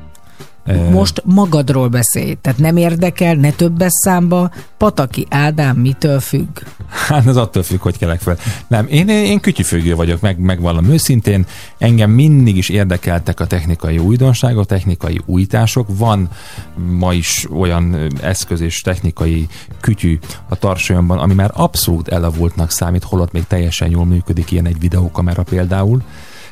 Most magadról beszélj, tehát nem érdekel, ne többes számba, Pataki Ádám mitől függ? Hát ez attól függ, hogy kelek fel. Nem, én, én kütyüfüggő vagyok, meg, megvallom őszintén, engem mindig is érdekeltek a technikai újdonságok, technikai újítások, van ma is olyan eszköz és technikai kütyű a tarsolyomban, ami már abszolút elavultnak számít, holott még teljesen jól működik, ilyen egy videókamera például,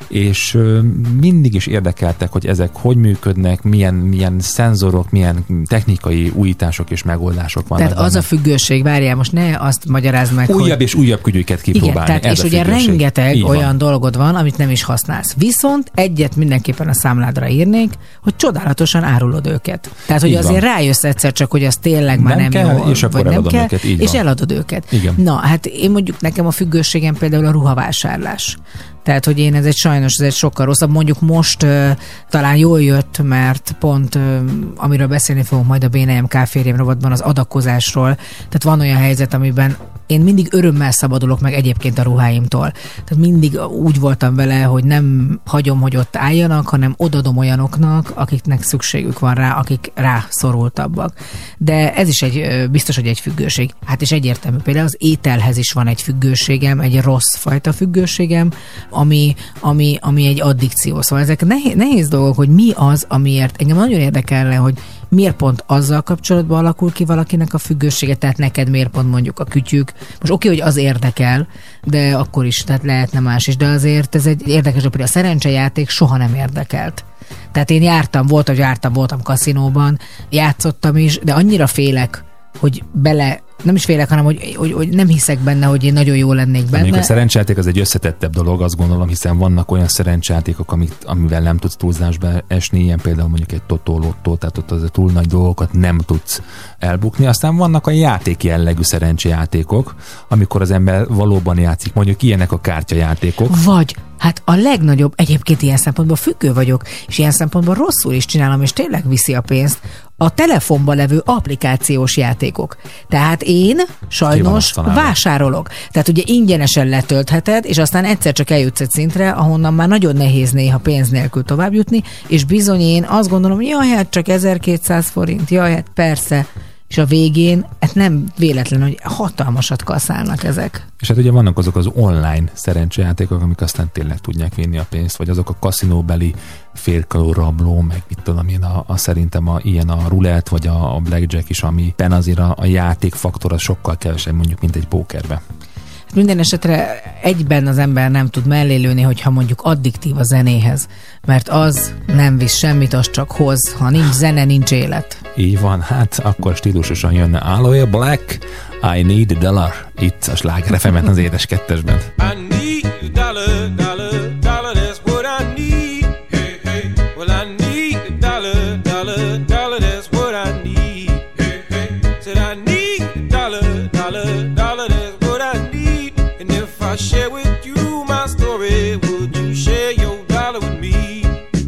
és mindig is érdekeltek, hogy ezek hogy működnek, milyen, milyen szenzorok, milyen technikai újítások és megoldások vannak. Tehát az benne. A függőség, várjál, most ne azt magyarázd meg, újabb hogy... és újabb kütyüket kipróbálni. Igen, tehát és ugye rengeteg így olyan van. Dolgod van, amit nem is használsz. Viszont egyet mindenképpen a számládra írnék, hogy csodálatosan árulod őket. Tehát, hogy így azért van. Rájössz egyszer csak, hogy az tényleg már nem, nem kell, jó, és akkor vagy nem kell, őket, és van. Eladod őket. Igen. Na, hát én mondjuk nekem a függőségem például a ruhavásárlás. Tehát, hogy én ez egy sajnos, ez egy sokkal rosszabb. Mondjuk most uh, talán jól jött, mert pont uh, amiről beszélni fogunk majd a bé en em ká-férjem rovatban, az adakozásról. Tehát van olyan helyzet, amiben én mindig örömmel szabadulok meg egyébként a ruháimtól. Tehát mindig úgy voltam vele, hogy nem hagyom, hogy ott álljanak, hanem odadom olyanoknak, akiknek szükségük van rá, akik rászorultabbak. De ez is egy, biztos, hogy egy függőség. Hát és egyértelmű. Például az ételhez is van egy függőségem, egy rossz fajta függőségem, ami, ami, ami egy addikció. Szóval ezek nehéz, nehéz dolgok, hogy mi az, amiért engem nagyon érdekelne, hogy miért pont azzal kapcsolatban alakul ki valakinek a függősége, tehát neked miért pont mondjuk a kütyük. Most oké, hogy az érdekel, de akkor is, tehát lehetne más is, de azért ez egy érdekes, hogy a szerencsejáték soha nem érdekelt. Tehát én jártam, volt, hogy jártam, voltam kaszinóban, játszottam is, de annyira félek, hogy bele, nem is félek, hanem hogy, hogy, hogy nem hiszek benne, hogy én nagyon jó lennék benne. Még a szerencsejáték az egy összetettebb dolog, azt gondolom, hiszen vannak olyan szerencsejátékok, amik, amivel nem tudsz túlzásba esni, ilyen például mondjuk egy totó, lottó, tehát ott az a túl nagy dolgokat nem tudsz elbukni. Aztán vannak a játék jellegű szerencsejátékok, amikor az ember valóban játszik, mondjuk ilyenek a kártyajátékok. Vagy hát a legnagyobb, egyébként ilyen szempontból függő vagyok, és ilyen szempontból rosszul is csinálom, és tényleg viszi a pénzt, a telefonban levő applikációs játékok. Tehát én sajnos vásárolok. Tehát ugye ingyenesen letöltheted, és aztán egyszer csak eljutsz egy szintre, ahonnan már nagyon nehéz néha pénz nélkül tovább jutni, és bizony én azt gondolom, hogy jaj, hát csak ezerkétszáz forint, jaj, hát persze, és a végén, hát nem véletlen, hogy hatalmasat kaszálnak ezek. És hát ugye vannak azok az online szerencsejátékok, amik aztán tényleg tudják vinni a pénzt, vagy azok a kaszinóbeli félkaló rabló, meg mit tudom én, a, a szerintem a, ilyen a roulette, vagy a, a blackjack is, amiben azért a, a játékfaktor az sokkal kevesebb mondjuk, mint egy pókerbe. Minden esetre egyben az ember nem tud mellélőni, hogyha mondjuk addiktív a zenéhez, mert az nem visz semmit, az csak hoz. Ha nincs zene, nincs élet. Így van, hát akkor stílusosan jönne Aloe Black, I Need a Dollar, itt a Sláger ef emen az Édes Kettesben. I need a dollar, dollar, dollar, that's what I need. Hey, hey. Well, I need a dollar, dollar, dollar, that's what I need. Hey, hey. Said I need a dollar, dollar, dollar, that's what I need. And if I share with you my story, would you share your dollar with me?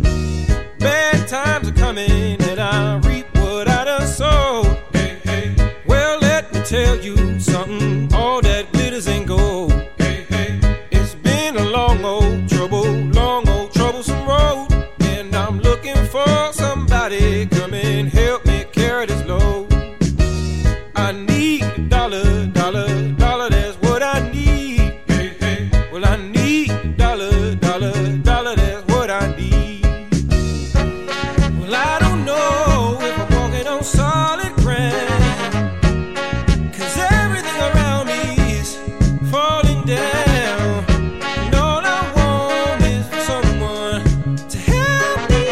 Bad times are coming and I reap what I done sowed. Hey, hey. Well, let me tell you something, all that glitters ain't gold. Hey, hey. It's been a long old trouble, long old troublesome road, and I'm looking for somebody come and help me carry this load. I need a dollar, dollar, dollar, that's what I need. Hey, hey. Well, I need a dollar, dollar, dollar, that's what I need. Well, I don't know if I'm walking on solid ground, 'cause everything around me is falling down, and all I want is for someone to help me.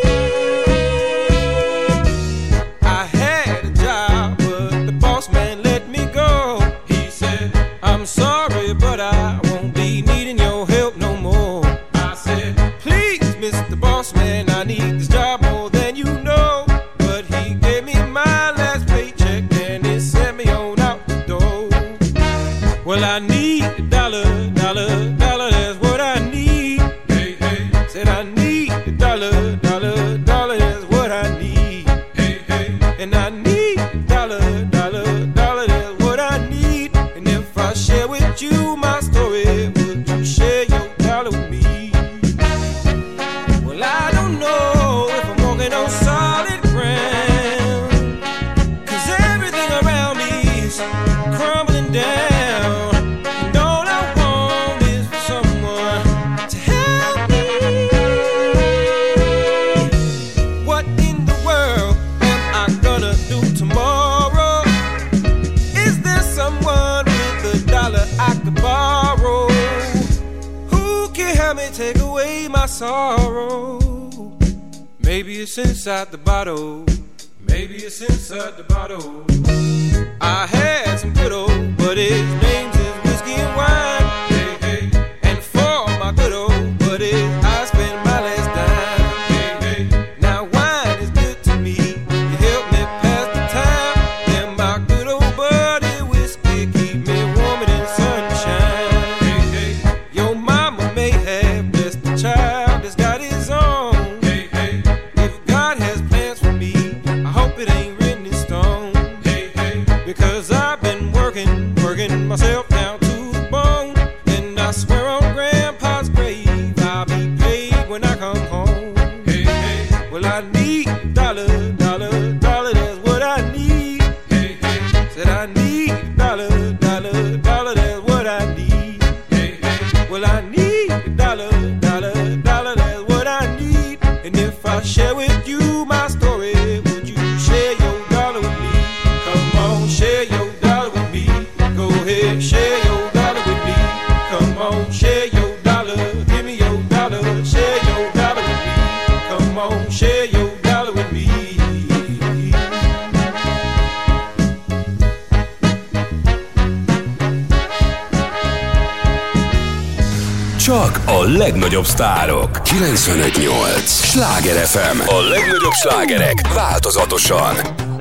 I had a job, but the boss man let me go. He said, I'm sorry, but I won't be needing your help no more. I said, please, Mister Boss Man, I need this job more than you know. But he gave me my last paycheck and he sent me on out the door. Well, I need a dollar, dollar, dollar, that's what I need. Hey, hey. Said I need a dollar, dollar, dollar, that's what I need. Hey, hey. And I need a dollar. share with you my story, would you share your dollar with me? Well, I don't know if I'm walking on solid ground, 'cause everything around me is crumbling down, and all I want is for someone to help me. What in the world am I gonna do tomorrow? Is there someone with a dollar I could borrow? Who can help me take away my sorrow? Maybe it's inside the bottle. Maybe it's inside the bottle. I had some good old, but his name's is whiskey and wine. Hey, hey. And for my good old buddies, I spend my last dime. Hey, hey. Now wine is good to me. You help me pass the time. And my good old buddy whiskey keep me warm in the sunshine. Hey, hey. Your mama may have blessed the child that's got his own. Hey, hey. If God has plans for me, I hope it ain't written in stone. Hey, hey. Because I've been working, working myself down to the bone. And I swear on Grandpa's grave, I'll be paid when I come home. Hey, hey. Well, I need a dollar, dollar, dollar, that's what I need. Hey, hey. Said I need a dollar, dollar, dollar, that's what I need. Hey, hey. Well, I need a dollar, dollar, dollar, that's what I need. And if I share with you my story, would you share your dollar with me? Come on, share your dollar with me. Go ahead, share your dollar with me. Come on, share your dollar. Give me your dollar. Share your dollar with me. Come on, share your dollar with me. Csak a legnagyobb sztárok. kilencvenöt nyolc Sláger ef em. A legnagyobb slágerek változatosan.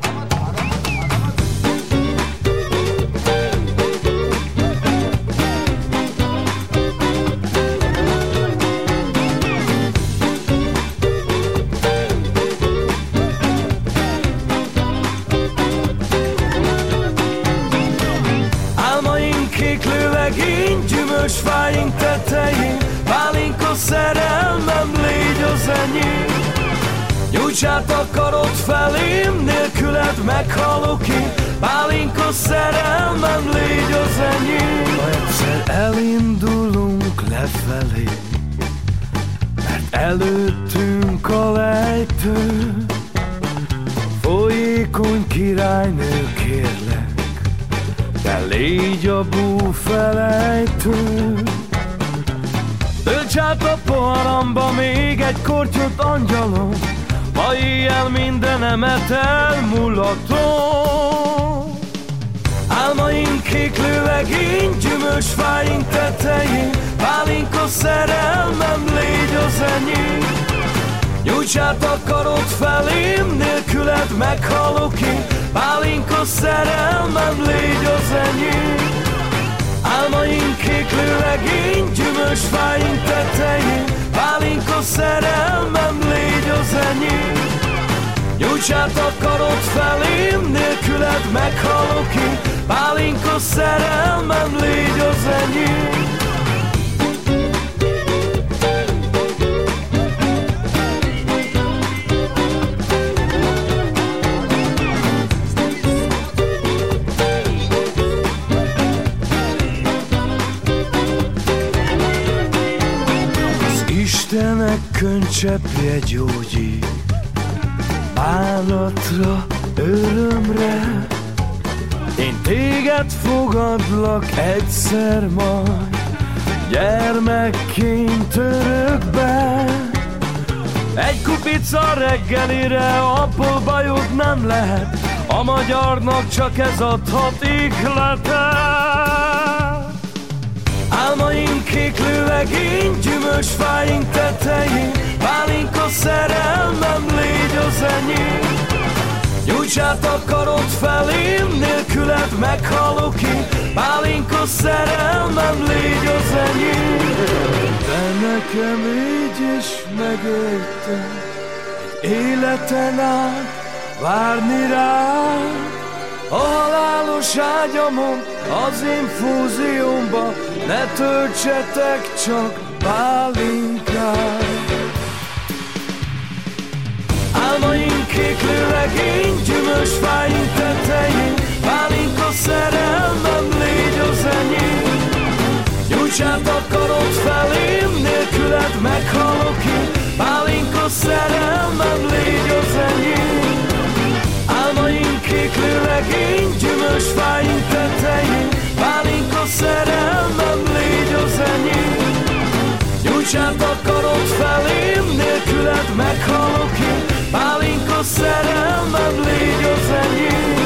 Álmaink kék lőlegény, gyümölcsfáink tetején, pálinka szerelmem, légy az enyém. Nyújts át a karod felém, nélküled meghalok én, pálinka szerelmem, légy az enyém. Ha egyszer elindulunk lefelé, mert előttünk a lejtő, folyékony királynő, kérlek, de légy a búfelejtő. Tölts át a poharamba még egy kortyot, angyalom, ma éjjel mindenemet elmulatom. Álmaink kék lőlegény, gyümölcsfáink tetején, pálinka szerelmem, légy az enyém. Nyújts át a karod felém, nélküled meghalok én, pálinka szerelmem, légy az enyém. Álmaink kék lőlegény, gyümölcsfáink tetején, pálinka szerelmem, légy az enyém. Nyújts át a karod felém, nélküled meghalok én, pálinka szerelmem, légy az enyém. Istenek könycseppje gyógyít, bánatra, örömre. Én téged fogadlak egyszer majd, gyermekként örökbe. Egy kupica reggelire, abból bajod nem lehet, a magyarnak csak ez adhat ihletet. Álmaink kék lőlegény, gyümölcsfáink tetején, pálinka szerelmem, légy az enyém. Nyújts át a karod felém, nélküled meghalok én, pálinka szerelmem, légy az enyém. De nekem így is megértem, egy életen át várni rád, a halálos ágyamon, az infúziumba, ne töltsetek csak pálinkát. Álmaink kéklő legény, gyümölcs fáink tetején, pálinka szerelmem, légy az enyém. Nyújts át a karod felém, nélküled meghalok én, pálinka szerelmem, légy az enyém. Álmaink kéklő legény, gyümölcs fáink tetején, pálinka szerelmem, légy az enyém. Nyújts át a karod felém, nélküled meghalok én, pálinka szerelmem, légy az enyém.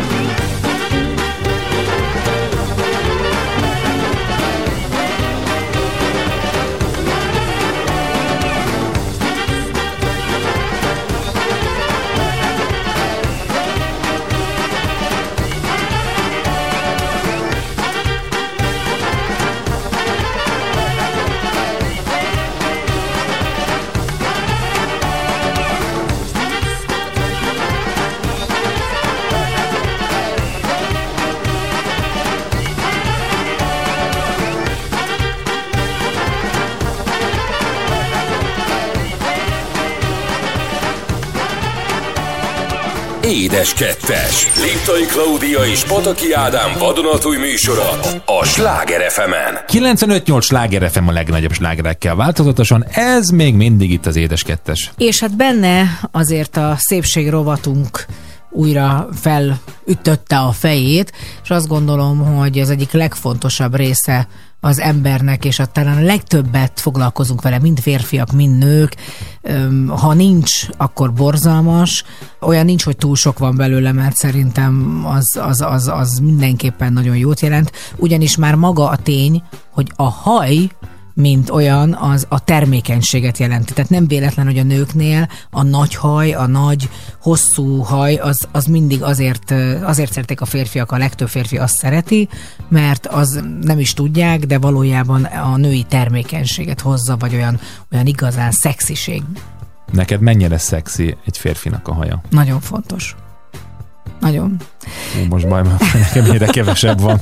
Édes Kettes. Liptai Klaudia és Pataki Ádám vadonatúj műsora a Sláger ef emen. kilencvenöt nyolc Sláger ef em a legnagyobb slágerekkel változatosan, ez még mindig itt az Édes Kettes. És hát benne azért a szépség rovatunk újra felütötte a fejét, és azt gondolom, hogy az egyik legfontosabb része az embernek, és a talán a legtöbbet foglalkozunk vele, mind férfiak, mind nők. Ha nincs, akkor borzalmas. Olyan nincs, hogy túl sok van belőle, mert szerintem az, az, az, az mindenképpen nagyon jót jelent. Ugyanis már maga a tény, hogy a haj, mint olyan, az a termékenységet jelenti. Tehát nem véletlen, hogy a nőknél a nagy haj, a nagy, hosszú haj, az, az mindig azért, azért szeretik a férfiak, a legtöbb férfi azt szereti, mert az nem is tudják, de valójában a női termékenységet hozza, vagy olyan, olyan igazán szexiség. Neked mennyire szexi egy férfinak a haja? Nagyon fontos. Nagyon. Ó, most baj, mert nekem egyre kevesebb van.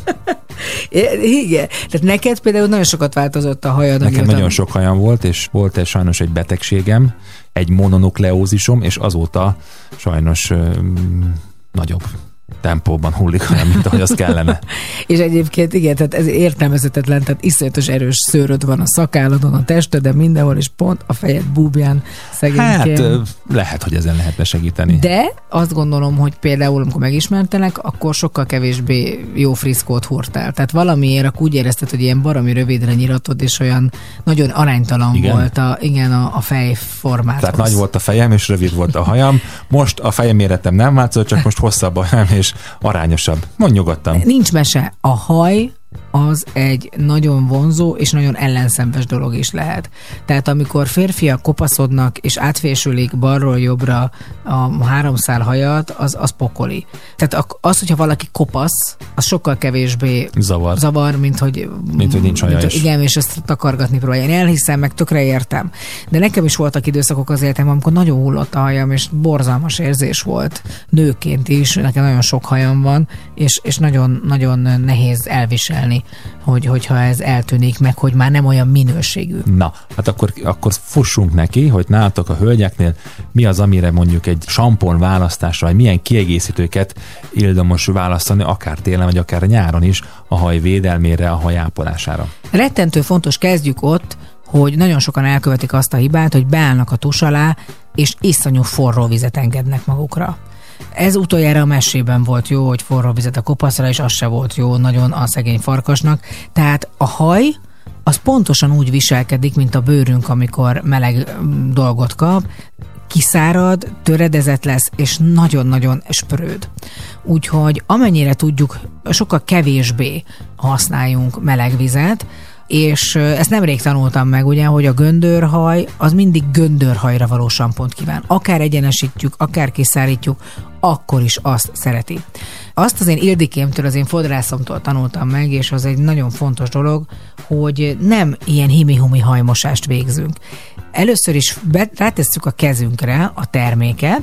Igen. Tehát neked például nagyon sokat változott a hajad. Nekem nagyon sok hajam volt, és volt egy sajnos egy betegségem, egy mononukleózisom, és azóta sajnos um, nagyobb tempóban hullik olyan, mint ahogy az kellene. És egyébként igen, tehát ez értelmezetetlen, tehát iszonyatos erős szőröd van a szakálladon, a testeden, mindenhol, és pont a fejed búbján szegényként. Hát lehet, hogy ezen lehetne segíteni. De azt gondolom, hogy például, amikor megismertelek, akkor sokkal kevésbé jó friszkót hurtál. Tehát valamiért akkor úgy érezted, hogy ilyen baromi rövidre nyiratod, és olyan nagyon aránytalan igen? volt a, igen, a, a fejformáthoz. Tehát nagy volt a fejem, és rövid volt a hajam. Most a fejméretem nem változott, csak most hosszabb a hajam, és arányosabb. Mondj nyugodtan. Nincs mese. A haj az egy nagyon vonzó és nagyon ellenszenves dolog is lehet. Tehát amikor férfiak kopaszodnak és átfésülik balról jobbra a háromszál hajat, az, az pokoli. Tehát az, hogyha valaki kopasz, az sokkal kevésbé zavar, zavar mint hogy, mint, hogy nincs haja mint, is. Igen, és ezt takargatni próbálja. Én elhiszem, meg tökre értem. De nekem is voltak időszakok az életemben, amikor nagyon hullott a hajam, és borzalmas érzés volt nőként is. Nekem nagyon sok hajam van, és, és nagyon, nagyon nehéz elviselni, hogy, hogyha ez eltűnik meg, hogy már nem olyan minőségű. Na, hát akkor, akkor fussunk neki, hogy nálatok a hölgyeknél mi az, amire mondjuk egy sampon választásra, vagy milyen kiegészítőket illdomos választani, akár télen, vagy akár nyáron is, a haj védelmére, a haj ápolására. Rettentő fontos, kezdjük ott, hogy nagyon sokan elkövetik azt a hibát, hogy beállnak a tus alá, és iszonyú forró vizet engednek magukra. Ez utoljára a mesében volt jó, hogy forró vizet a kopaszra, és az se volt jó nagyon a szegény farkasnak. Tehát a haj az pontosan úgy viselkedik, mint a bőrünk, amikor meleg dolgot kap, kiszárad, töredezett lesz, és nagyon-nagyon spröd. Úgyhogy amennyire tudjuk, sokkal kevésbé használjunk meleg vizet, és ezt nemrég tanultam meg, ugye, hogy a göndörhaj az mindig göndörhajra való sampont kíván. Akár egyenesítjük, akár kiszárítjuk, akkor is azt szereti. Azt az én Ildikémtől, az én fodrászomtól tanultam meg, és az egy nagyon fontos dolog, hogy nem ilyen himi-humi hajmosást végzünk. Először is be, rátesszük a kezünkre a terméket,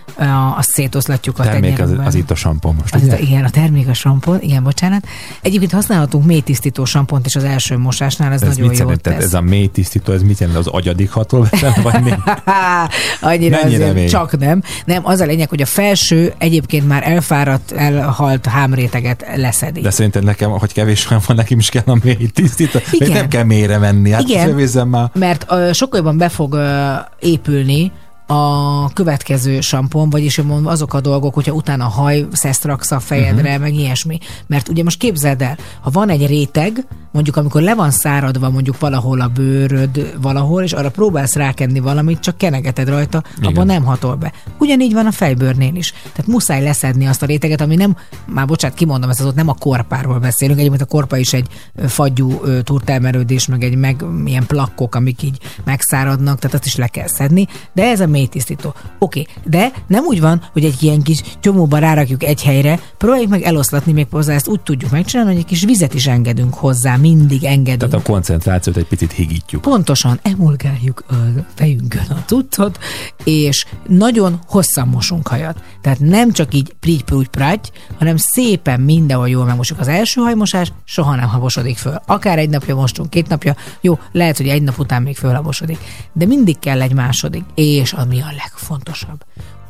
azt szétoszlatjuk a termék tenyerünkben. Az, az itt a sampon most, az, igen, a termék a sampon, igen, bocsánat. Egyébként használhatunk mélytisztító sampont is az első mosásnál, ez, ez nagyon jó tesz. Ez a mélytisztító, ez mit jelent? Az agyadik hatol? Vagy mi? Annyira azért még? Csak nem. Nem, az a lényeg, hogy a felső egyébként már elfáradt, elhalt hámréteget leszedi. De szerinted nekem, hogy kevés van, nekem is kell a mélytisztító. Igen. Nem kell mélyre menni. Hát igen, már. Mert uh, sokkal jobban be fog uh, épülni a következő sampon, vagyis azok a dolgok, hogyha utána hajszeszt raksz a fejedre, uh-huh. meg ilyesmi. Mert ugye most képzeld el, ha van egy réteg, mondjuk amikor le van száradva mondjuk valahol a bőröd valahol, és arra próbálsz rákenni valamit, csak kenegeted rajta, igen. abban nem hatol be. Ugyanígy van a fejbőrnél is. Tehát muszáj leszedni azt a réteget, ami nem, már bocsánat, kimondom ezt, az ott nem a korpáról beszélünk, egyébként a korpa is egy fagyú túrtermelődés, meg egy meg ilyen plakkok, amik így megszáradnak, tehát azt is le kell szedni, de ez a mélytisztító. Oké, okay, de nem úgy van, hogy egy ilyen kis csomóba rárakjuk egy helyre, próbáljuk meg eloszlatni még hozzá, ezt úgy tudjuk megcsinálni, hogy egy kis vizet is engedünk hozzá, mindig engedünk. Tehát a koncentrációt egy picit higítjuk. Pontosan, emulgáljuk a fejünkön a cuccot, és nagyon hosszan mosunk hajat. Tehát nem csak így prigy-prúgy-prágy, hanem szépen mindenhol jól megmosjuk. Az első hajmosás soha nem habosodik föl. Akár egy napja mostunk, két napja, jó, lehet, hogy egy nap után még fölhabosodik. De mindig kell egy második. És ami a legfontosabb,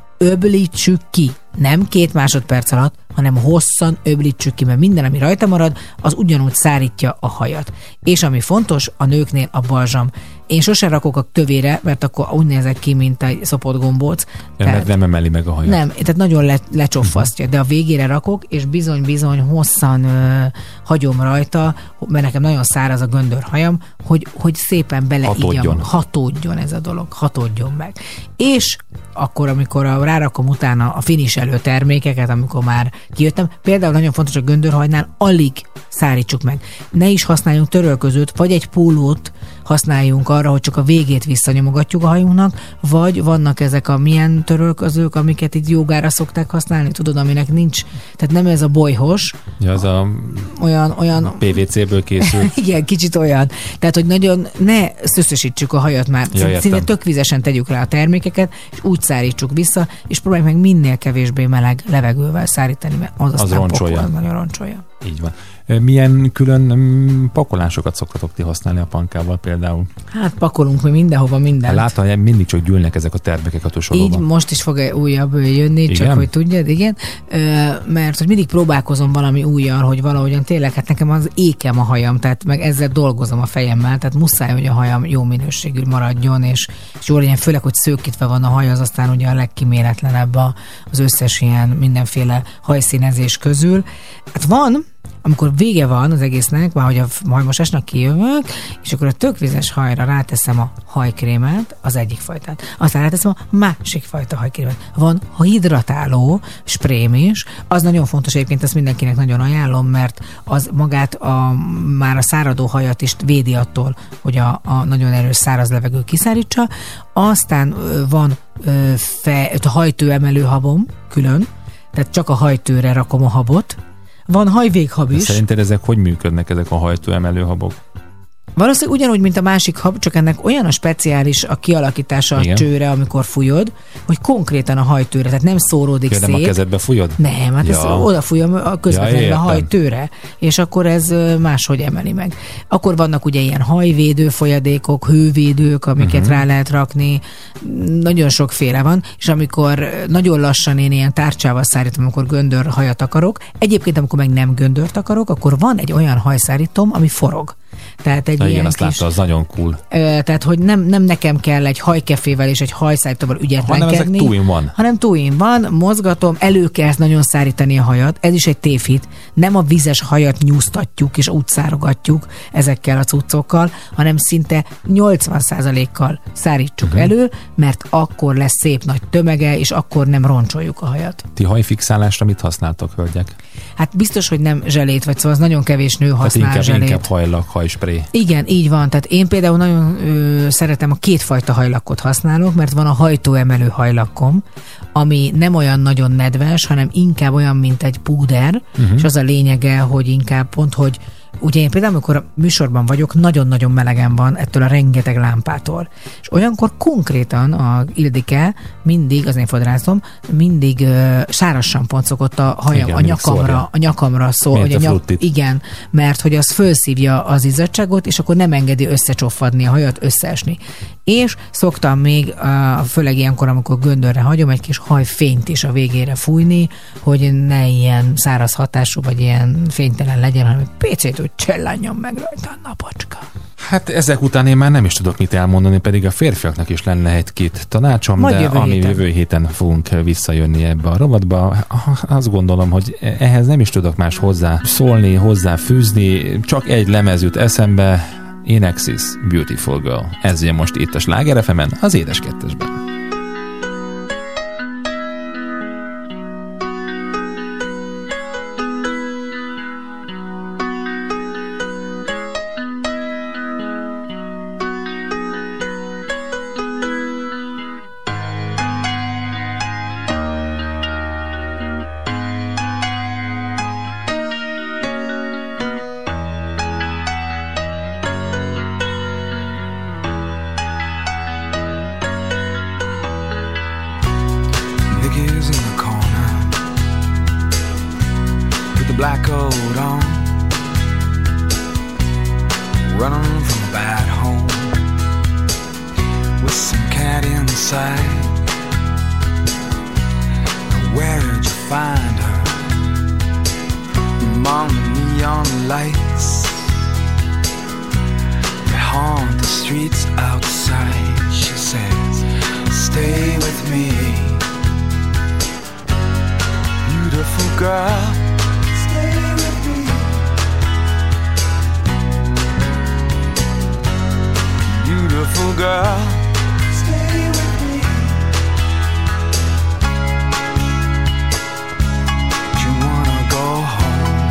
öblítsük ki. Nem két másodperc alatt, hanem hosszan öblítsük ki, mert minden, ami rajta marad, az ugyanúgy szárítja a hajat. És ami fontos, a nőknél a balzsam. Én sosem rakok a tövére, mert akkor úgy nézek ki, mint egy szopott gombóc. Ja, tehát, nem emeli meg a hajat. Nem, tehát nagyon le, lecsofasztja, de a végére rakok, és bizony-bizony hosszan ö, hagyom rajta, mert nekem nagyon száraz a göndör hajam, hogy, hogy szépen beleígyam. Hatódjon. Hatódjon ez a dolog, hatódjon meg. És akkor, amikor a, rárakom utána a finiselő termékeket, amikor már kijöttem, például nagyon fontos a göndörhajnál, alig szárítsuk meg. Ne is használjunk törölközőt, vagy egy pólót használjunk arra, hogy csak a végét visszanyomogatjuk a hajunknak, vagy vannak ezek a milyen törölközők, amiket itt jogára szokták használni, tudod, aminek nincs, tehát nem ez a bolyhos. Ja, az a olyan, olyan pé vé cé-ből készült. Igen, kicsit olyan. Tehát, hogy nagyon ne szöszösítsük a hajat már. Ja, szinte tök vizesen tegyük rá a termékeket, és úgy szárítsuk vissza, és próbáljuk meg minél kevésbé meleg levegővel szárítani, mert az, az aztán roncsolja. pokol, az nagyon roncsolja. Így van. Milyen külön um, pakolásokat szoktatok ti használni a pankával például? Hát pakolunk mi mindenhova mindent. Látom, hogy mindig csak gyűlnek ezek a termékek a tosorban. Így most is fog újabb jönni, igen? Csak hogy tudjad, igen. Mert hogy mindig próbálkozom valami újjal, hogy valahogyan tényleg, hát nekem az ékem a hajam, tehát meg ezzel dolgozom a fejemmel, tehát muszáj, hogy a hajam jó minőségű maradjon, és, és jól legyen, főleg, hogy szőkítve van a haj, az aztán ugye a legkiméletlenebb az összes ilyen mindenféle hajszínezés közül. Hát van, amikor vége van az egésznek, már hogy a hajmosásnak kijövök, és akkor a tökvizes hajra ráteszem a hajkrémet, az egyik fajtát. Aztán ráteszem a másik fajta hajkrémet. Van hidratáló sprém is, az nagyon fontos egyébként, ezt mindenkinek nagyon ajánlom, mert az magát a, már a száradó hajat is védi attól, hogy a, a nagyon erős száraz levegő kiszárítsa. Aztán van fe, hajtőemelő habom külön, tehát csak a hajtőre rakom a habot. Van hajvéghab is. Szerinted ezek hogy működnek, ezek a hajtóemelő habok? Valószínűleg ugyanúgy, mint a másik hab, csak ennek olyan a speciális a kialakítása, igen, a csőre, amikor fújod, hogy konkrétan a hajtőre, tehát nem szóródik szét. Nem a kezedbe fújod? Nem, hát ja. ezt oda fújom a közvetlenül ja, a hajtőre, és akkor ez máshogy emeli meg. Akkor vannak ugye ilyen hajvédő folyadékok, hővédők, amiket uh-huh. rá lehet rakni, nagyon sokféle van, és amikor nagyon lassan én ilyen tárcsával szárítom, amikor göndör hajat akarok, egyébként amikor meg nem göndört akarok, akkor van egy olyan hajszárítom, ami forog. Tehát egy Na ilyen igen, azt kis, látta, az nagyon cool. Ö, tehát, hogy nem, nem nekem kell egy hajkefével és egy hajszárítóval ügyetlenkedni. Hanem ezek túin van. Hanem túin van, mozgatom, elő kell nagyon szárítani a hajat. Ez is egy tévhit. Nem a vizes hajat nyúztatjuk és úgy szárogatjuk ezekkel a cuccokkal, hanem szinte nyolcvan százalékkal szárítsuk uh-huh. elő, mert akkor lesz szép nagy tömege, és akkor nem roncsoljuk a hajat. Ti hajfixálásra mit használtok, hölgyek? Hát biztos, hogy nem zselét, vagy szóval az nagyon kevés nő használ hát inkább, zselét. Inkább hajlak, hajspré. Igen, így van. Tehát én például nagyon ö, szeretem a kétfajta hajlakot használok, mert van a hajtóemelő hajlakom, ami nem olyan nagyon nedves, hanem inkább olyan, mint egy púder, uh-huh. és az a lényege, hogy inkább pont, hogy ugye én például, amikor a műsorban vagyok, nagyon-nagyon melegen van ettől a rengeteg lámpától. És olyankor konkrétan a Ildike mindig, az én fodrászom, mindig uh, sáros sampont szokott a hajam, igen, a nyakamra, a nyakamra szól. Hogy a nyak, igen, mert hogy az fölszívja az izzadságot, és akkor nem engedi összecsofadni a hajat, összeesni. És szoktam még, uh, főleg ilyenkor, amikor göndörre hagyom, egy kis hajfényt is a végére fújni, hogy ne ilyen száraz hatású, vagy ilyen fénytelen legyen, hanem pécét úgy csellánjon meg rajta a napocska. Hát ezek után én már nem is tudok mit elmondani, pedig a férfiaknak is lenne egy-két tanácsom, majd de jövő ami héten. jövő héten fogunk visszajönni ebbe a rovatba. Azt gondolom, hogy ehhez nem is tudok más hozzá szólni, hozzá fűzni, csak egy lemez jut eszembe, Inexis Beautiful Girl. Ez jön most itt a Sláger ef emen, az Édes Kettesben. Black coat on, running from a bad home, with some cat inside. Where'd you find her? Among the neon lights that haunt the streets outside. She says, stay with me, beautiful girl. Beautiful girl, stay with me. You wanna go home,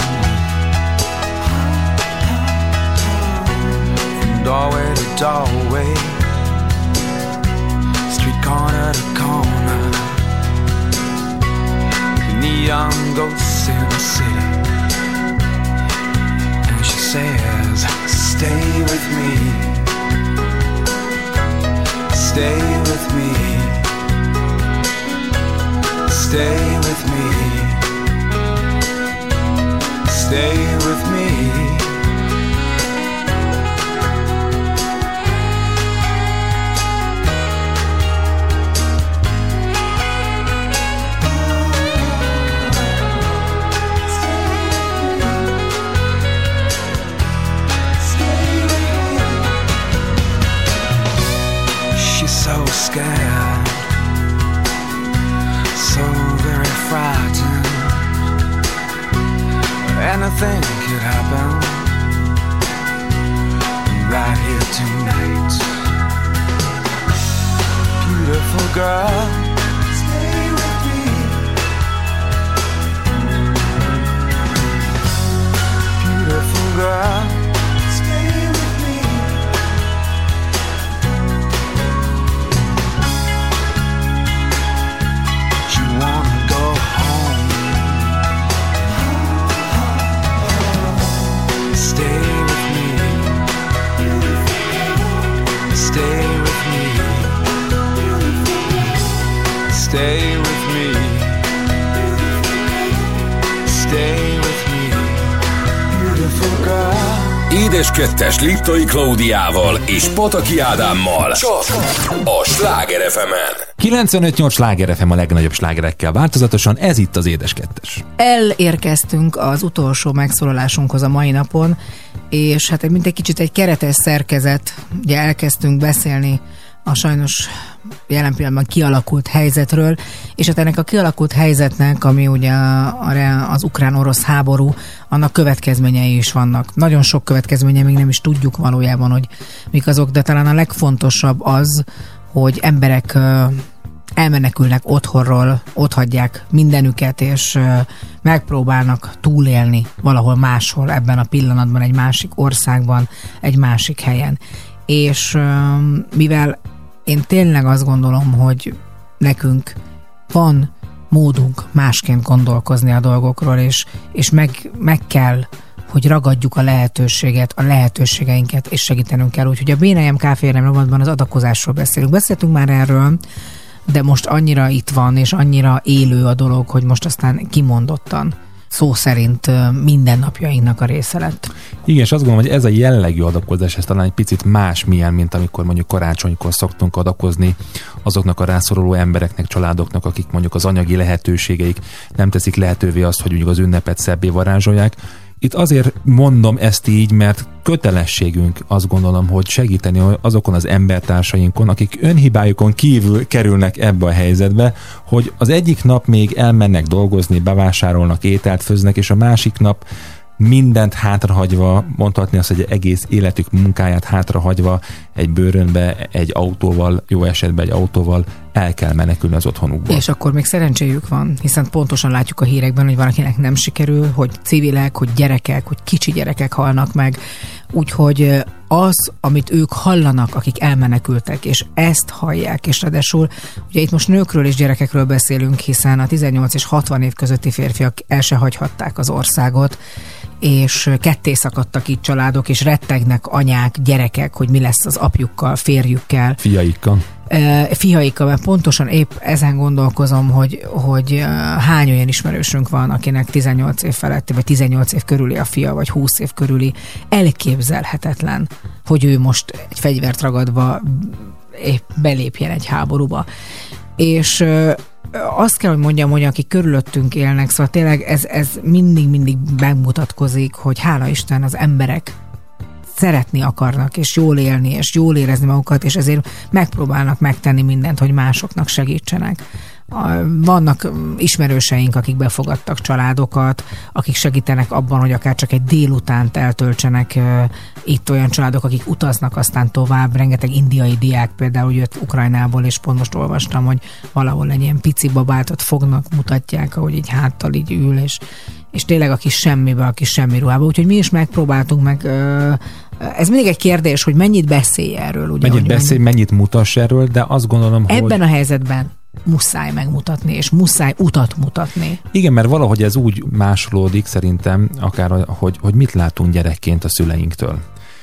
from doorway to doorway, street corner to corner, the neon ghosts in the city. And she says, stay with me. Stay with me, stay with me, stay with me. So scared, so very frightened. Anything could happen right here tonight. Beautiful girl, stay with me. Beautiful girl, stay with me. Wanna go home. Stay with me. Stay with me. Stay with me. Stay with me. Beautiful girl. Édes Kettes Liptai Klaudiával és Pataki Ádámmal csak a Sláger ef emen. kilencvenöt nyolc Sláger ef em a legnagyobb slágerekkel változatosan, ez itt az Édes Kettes. Elérkeztünk az utolsó megszólalásunkhoz a mai napon, és hát mint egy kicsit egy keretes szerkezet, ugye elkezdtünk beszélni a sajnos jelen pillanatban kialakult helyzetről, és hát ennek a kialakult helyzetnek, ami ugye az ukrán-orosz háború, annak következményei is vannak. Nagyon sok következménye, még nem is tudjuk valójában, hogy mik azok, de talán a legfontosabb az, hogy emberek elmenekülnek otthonról, otthagyják mindenüket, és megpróbálnak túlélni valahol máshol ebben a pillanatban, egy másik országban, egy másik helyen. És mivel én tényleg azt gondolom, hogy nekünk van módunk másként gondolkozni a dolgokról, és, és meg, meg kell hogy ragadjuk a lehetőséget, a lehetőségeinket, és segítenünk kell. Úgyhogy a bé en em Kávéérem rovatban az adakozásról beszélünk. Beszéltünk már erről, de most annyira itt van, és annyira élő a dolog, hogy most aztán kimondottan szó szerint mindennapjainknak a része lett. Igen, és azt gondolom, hogy ez a jellegű adakozás, ez talán egy picit más milyen, mint amikor mondjuk karácsonykor szoktunk adakozni azoknak a rászoruló embereknek, családoknak, akik mondjuk az anyagi lehetőségeik nem teszik lehetővé azt, hogy mondjuk az ünnepet szebbé varázsolják. Itt azért mondom ezt így, mert kötelességünk azt gondolom, hogy segíteni azokon az embertársainkon, akik önhibájukon kívül kerülnek ebbe a helyzetbe, hogy az egyik nap még elmennek dolgozni, bevásárolnak, ételt főznek, és a másik nap mindent hátrahagyva, mondhatni azt, hogy egész életük munkáját hátrahagyva egy bőrönbe, egy autóval, jó esetben egy autóval el kell menekülni az otthonukba. És akkor még szerencséjük van, hiszen pontosan látjuk a hírekben, hogy valakinek nem sikerül, hogy civilek, hogy gyerekek, hogy kicsi gyerekek halnak meg. Úgyhogy az, amit ők hallanak, akik elmenekültek, és ezt hallják, és ráadásul, ugye itt most nőkről és gyerekekről beszélünk, hiszen a tizennyolc és hatvan év közötti férfiak el se hagyhatták az országot, és ketté szakadtak itt családok, és rettegnek anyák, gyerekek, hogy mi lesz az apjukkal, férjükkel. Fiaikkal. Fiaikkal, mert pontosan épp ezen gondolkozom, hogy, hogy hány olyan ismerősünk van, akinek tizennyolc év feletti, vagy tizennyolc év körüli a fia, vagy húsz év körüli. Elképzelhetetlen, hogy ő most egy fegyvert ragadva épp belépjen egy háborúba. És azt kell, hogy mondjam, hogy akik körülöttünk élnek, szóval tényleg ez, ez mindig-mindig megmutatkozik, hogy hála Isten az emberek szeretni akarnak, és jól élni, és jól érezni magukat, és ezért megpróbálnak megtenni mindent, hogy másoknak segítsenek. Vannak ismerőseink, akik befogadtak családokat, akik segítenek abban, hogy akár csak egy délutánt eltöltsenek uh, itt olyan családok, akik utaznak aztán tovább. Rengeteg indiai diák például jött Ukrajnából, és pont most olvastam, hogy valahol egy ilyen pici babát ott fognak, mutatják, ahogy így háttal így ül, és, és tényleg aki semmibe, aki semmi ruhába. Úgyhogy mi is megpróbáltunk meg... Uh, ez mindig egy kérdés, hogy mennyit beszélj erről. Ugye, mennyit beszélj, mennyit mutass erről, de azt gondolom, ebben hogy... Ebben a helyzetben muszáj megmutatni, és muszáj utat mutatni. Igen, mert valahogy ez úgy másolódik szerintem, akár, hogy, hogy mit látunk gyerekként a szüleinktől,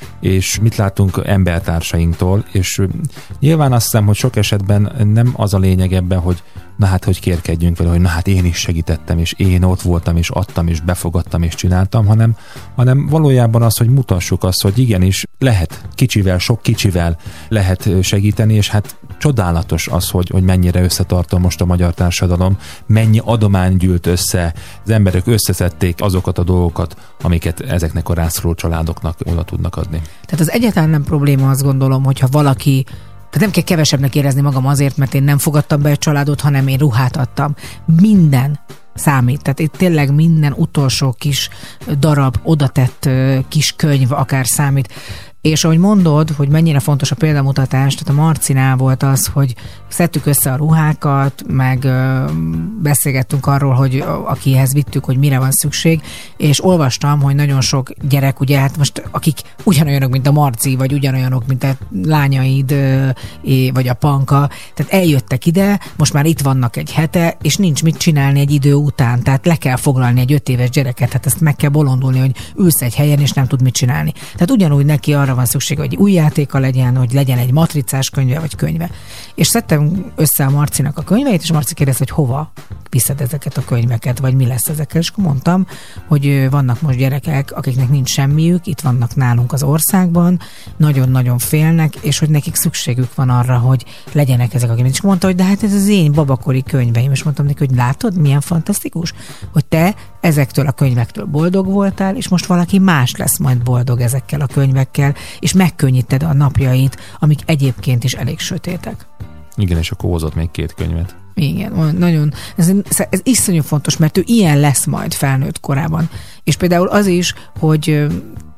és mit látunk embertársainktól, és nyilván azt hiszem, hogy sok esetben nem az a lényeg ebben, hogy na hát, hogy kérkedjünk vele, hogy na hát én is segítettem, és én ott voltam, és adtam, és befogadtam, és csináltam, hanem, hanem valójában az, hogy mutassuk azt, hogy igenis lehet kicsivel, sok kicsivel lehet segíteni, és hát csodálatos az, hogy, hogy mennyire összetartom most a magyar társadalom, mennyi adomány gyűlt össze, az emberek összeszedték azokat a dolgokat, amiket ezeknek a rászoruló családoknak oda tudnak adni. Tehát az egyáltalán nem probléma, azt gondolom, hogyha valaki, tehát nem kell kevesebbnek érezni magam azért, mert én nem fogadtam be egy családot, hanem én ruhát adtam. Minden számít. Tehát itt tényleg minden utolsó kis darab, odatett kis könyv akár számít. És ahogy mondod, hogy mennyire fontos a példamutatás, tehát a Marcinál volt az, hogy szedtük össze a ruhákat, meg ö, beszélgettünk arról, hogy akihez vittük, hogy mire van szükség, és olvastam, hogy nagyon sok gyerek, ugye, hát most akik ugyanolyanok, mint a Marci, vagy ugyanolyanok, mint a lányaid, ö, vagy a Panka, tehát eljöttek ide, most már itt vannak egy hete, és nincs mit csinálni egy idő után, tehát le kell foglalni egy öt éves gyereket, hát ezt meg kell bolondulni, hogy ülsz egy helyen, és nem tud mit csinálni. Tehát ugyanúgy neki arra van szükség, hogy új játéka legyen, hogy legyen egy matricás könyve, vagy könyve. És szedtem össze a Marcinak a könyveit, és Marci kérdezte, hogy hova viszed ezeket a könyveket, vagy mi lesz ezekkel. És akkor mondtam, hogy vannak most gyerekek, akiknek nincs semmiük, itt vannak nálunk az országban, nagyon-nagyon félnek, és hogy nekik szükségük van arra, hogy legyenek ezek a könyvek. És mondta, hogy de hát ez az én babakori könyveim. És mondtam neki, hogy látod, milyen fantasztikus, hogy te ezektől a könyvektől boldog voltál, és most valaki más lesz majd boldog ezekkel a könyvekkel, és megkönnyíted a napjait, amik egyébként is elég sötétek. Igen, és akkor hozott még két könyvet. Igen, nagyon, ez, ez iszonyú fontos, mert ő ilyen lesz majd felnőtt korában. És például az is, hogy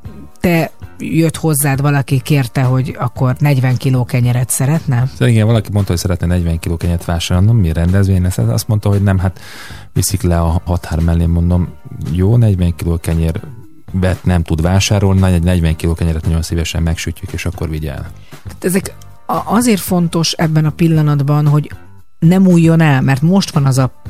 te jött hozzád, valaki kérte, hogy akkor negyven kiló kenyeret szeretne? Igen, valaki mondta, hogy szeretne negyven kiló kenyeret vásárolni, mi rendezvény lesz? Azt mondta, hogy nem, hát viszik le a határ mellé, mondom, jó, negyven kiló kenyér bet nem tud vásárolni, egy negyven kiló kenyeret nagyon szívesen megsütjük, és akkor vigye el. Tehát ezek azért fontos ebben a pillanatban, hogy nem újjon el, mert most van az a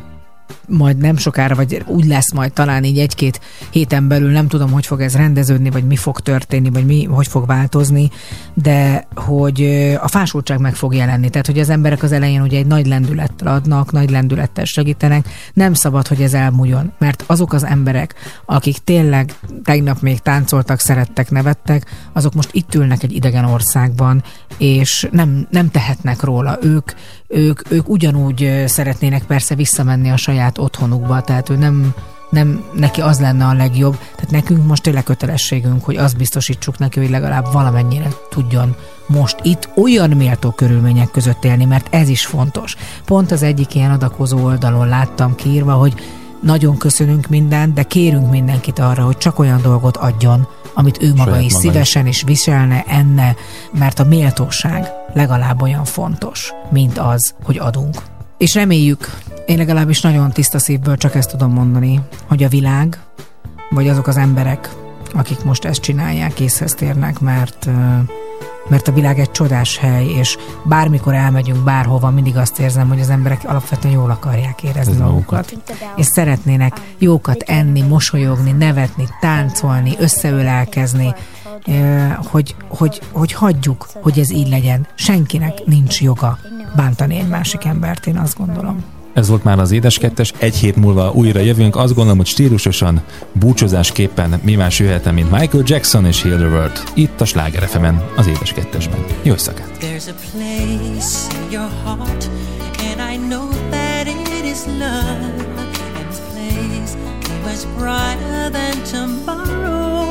majd nem sokára, vagy úgy lesz majd talán így egy-két héten belül, nem tudom, hogy fog ez rendeződni, vagy mi fog történni, vagy mi, hogy fog változni, de hogy a fásultság meg fog jelenni. Tehát, hogy az emberek az elején ugye egy nagy lendülettel adnak, nagy lendülettel segítenek, nem szabad, hogy ez elmúljon, mert azok az emberek, akik tényleg tegnap még táncoltak, szerettek, nevettek, azok most itt ülnek egy idegen országban, és nem, nem tehetnek róla. Ők, ők, ők ugyanúgy szeretnének persze visszamenni a saját otthonukba, tehát ő nem, nem neki az lenne a legjobb. Tehát nekünk most tényleg kötelességünk, hogy azt biztosítsuk neki, hogy legalább valamennyire tudjon most itt olyan méltó körülmények között élni, mert ez is fontos. Pont az egyik ilyen adakozó oldalon láttam kiírva, hogy nagyon köszönünk mindent, de kérünk mindenkit arra, hogy csak olyan dolgot adjon, amit ő maga is szívesen is viselne, enne, mert a méltóság legalább olyan fontos, mint az, hogy adunk. És reméljük, én legalábbis nagyon tiszta szívből csak ezt tudom mondani, hogy a világ, vagy azok az emberek, akik most ezt csinálják, észhez térnek, mert, mert a világ egy csodás hely, és bármikor elmegyünk bárhova, mindig azt érzem, hogy az emberek alapvetően jól akarják érezni Ez magukat. És szeretnének jókat enni, mosolyogni, nevetni, táncolni, összeölelkezni, hogy, hogy, hogy hagyjuk, hogy ez így legyen. Senkinek nincs joga bántani egy másik embert, én azt gondolom. Ez volt már az Édes Kettes, egy hét múlva újra jövünk, azt gondolom, hogy stílusosan, búcsúzásképpen mi más jöhetem, mint Michael Jackson és Heal the World, itt a Sláger ef emen, az Édes Kettesben. Jó éjszakát! There's a place in your heart, and I know that it is love, and this place is much brighter than tomorrow,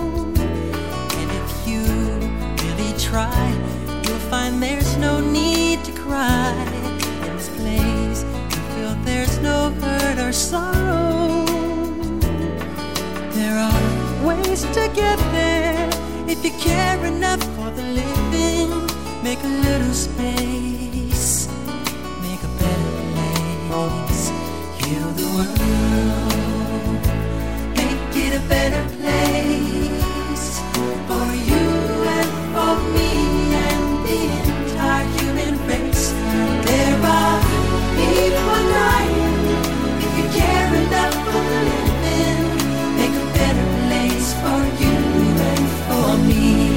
and if you really try, you'll find there's no need to cry, in this place there's no hurt or sorrow. There are ways to get there. If you care enough for the living, make a little space, make a better place. Heal the world, make it a better place for you and for me and the entire human race. There are people dying. If you care enough for the living, make a better place for you and for me.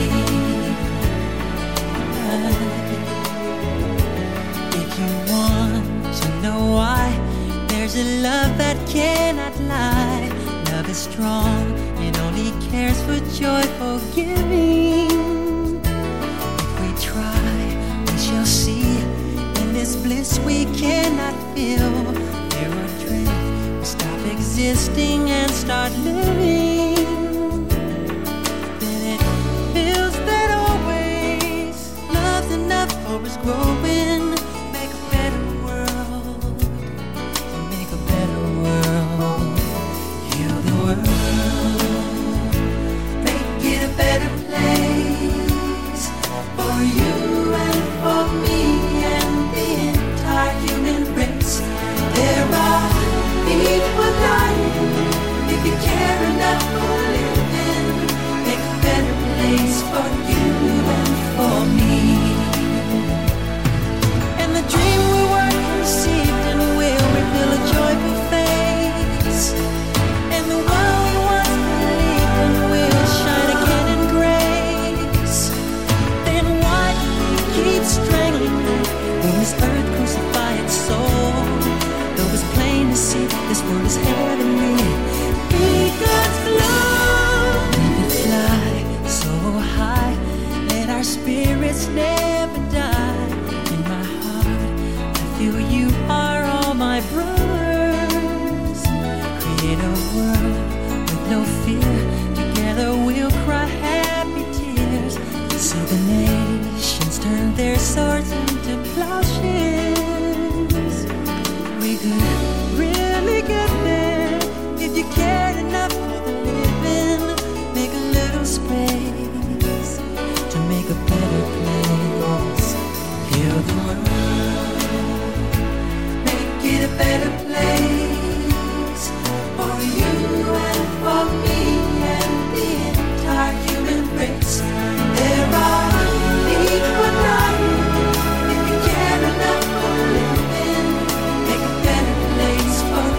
If you want to know why, there's a love that cannot lie. Love is strong, it only cares for joyful giving. If we try, we shall see. This bliss we cannot feel. Fear or dread, we stop existing and start living. Then it feels that always love's enough for us growing. Make a better world, make a better world. Heal the world, make it a better place for you and for me. Human race. There are people dying. If you care enough for living, make a better place for you and for me. And the dream we were conceived and will reveal a joyful face. And the one we once believed in will shine again in grace. Then why keep strangling when this earth crucified its soul? Though it's plain to see this world is heavenly, be God's love. We can fly so high, let our spirits never die. In my heart, I feel you are all my brothers. Create a world with no fear. Together we'll cry happy tears. See the nations turn their swords into plowshares. We could really get there if you cared enough for the living. Make a little space to make a better place. Heal the world, make it a better place for you and for me and the entire human race. There are people dying. If you care enough for living, make a better place for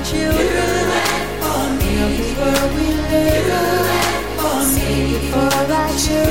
children, for me, for we live, for me, for our children.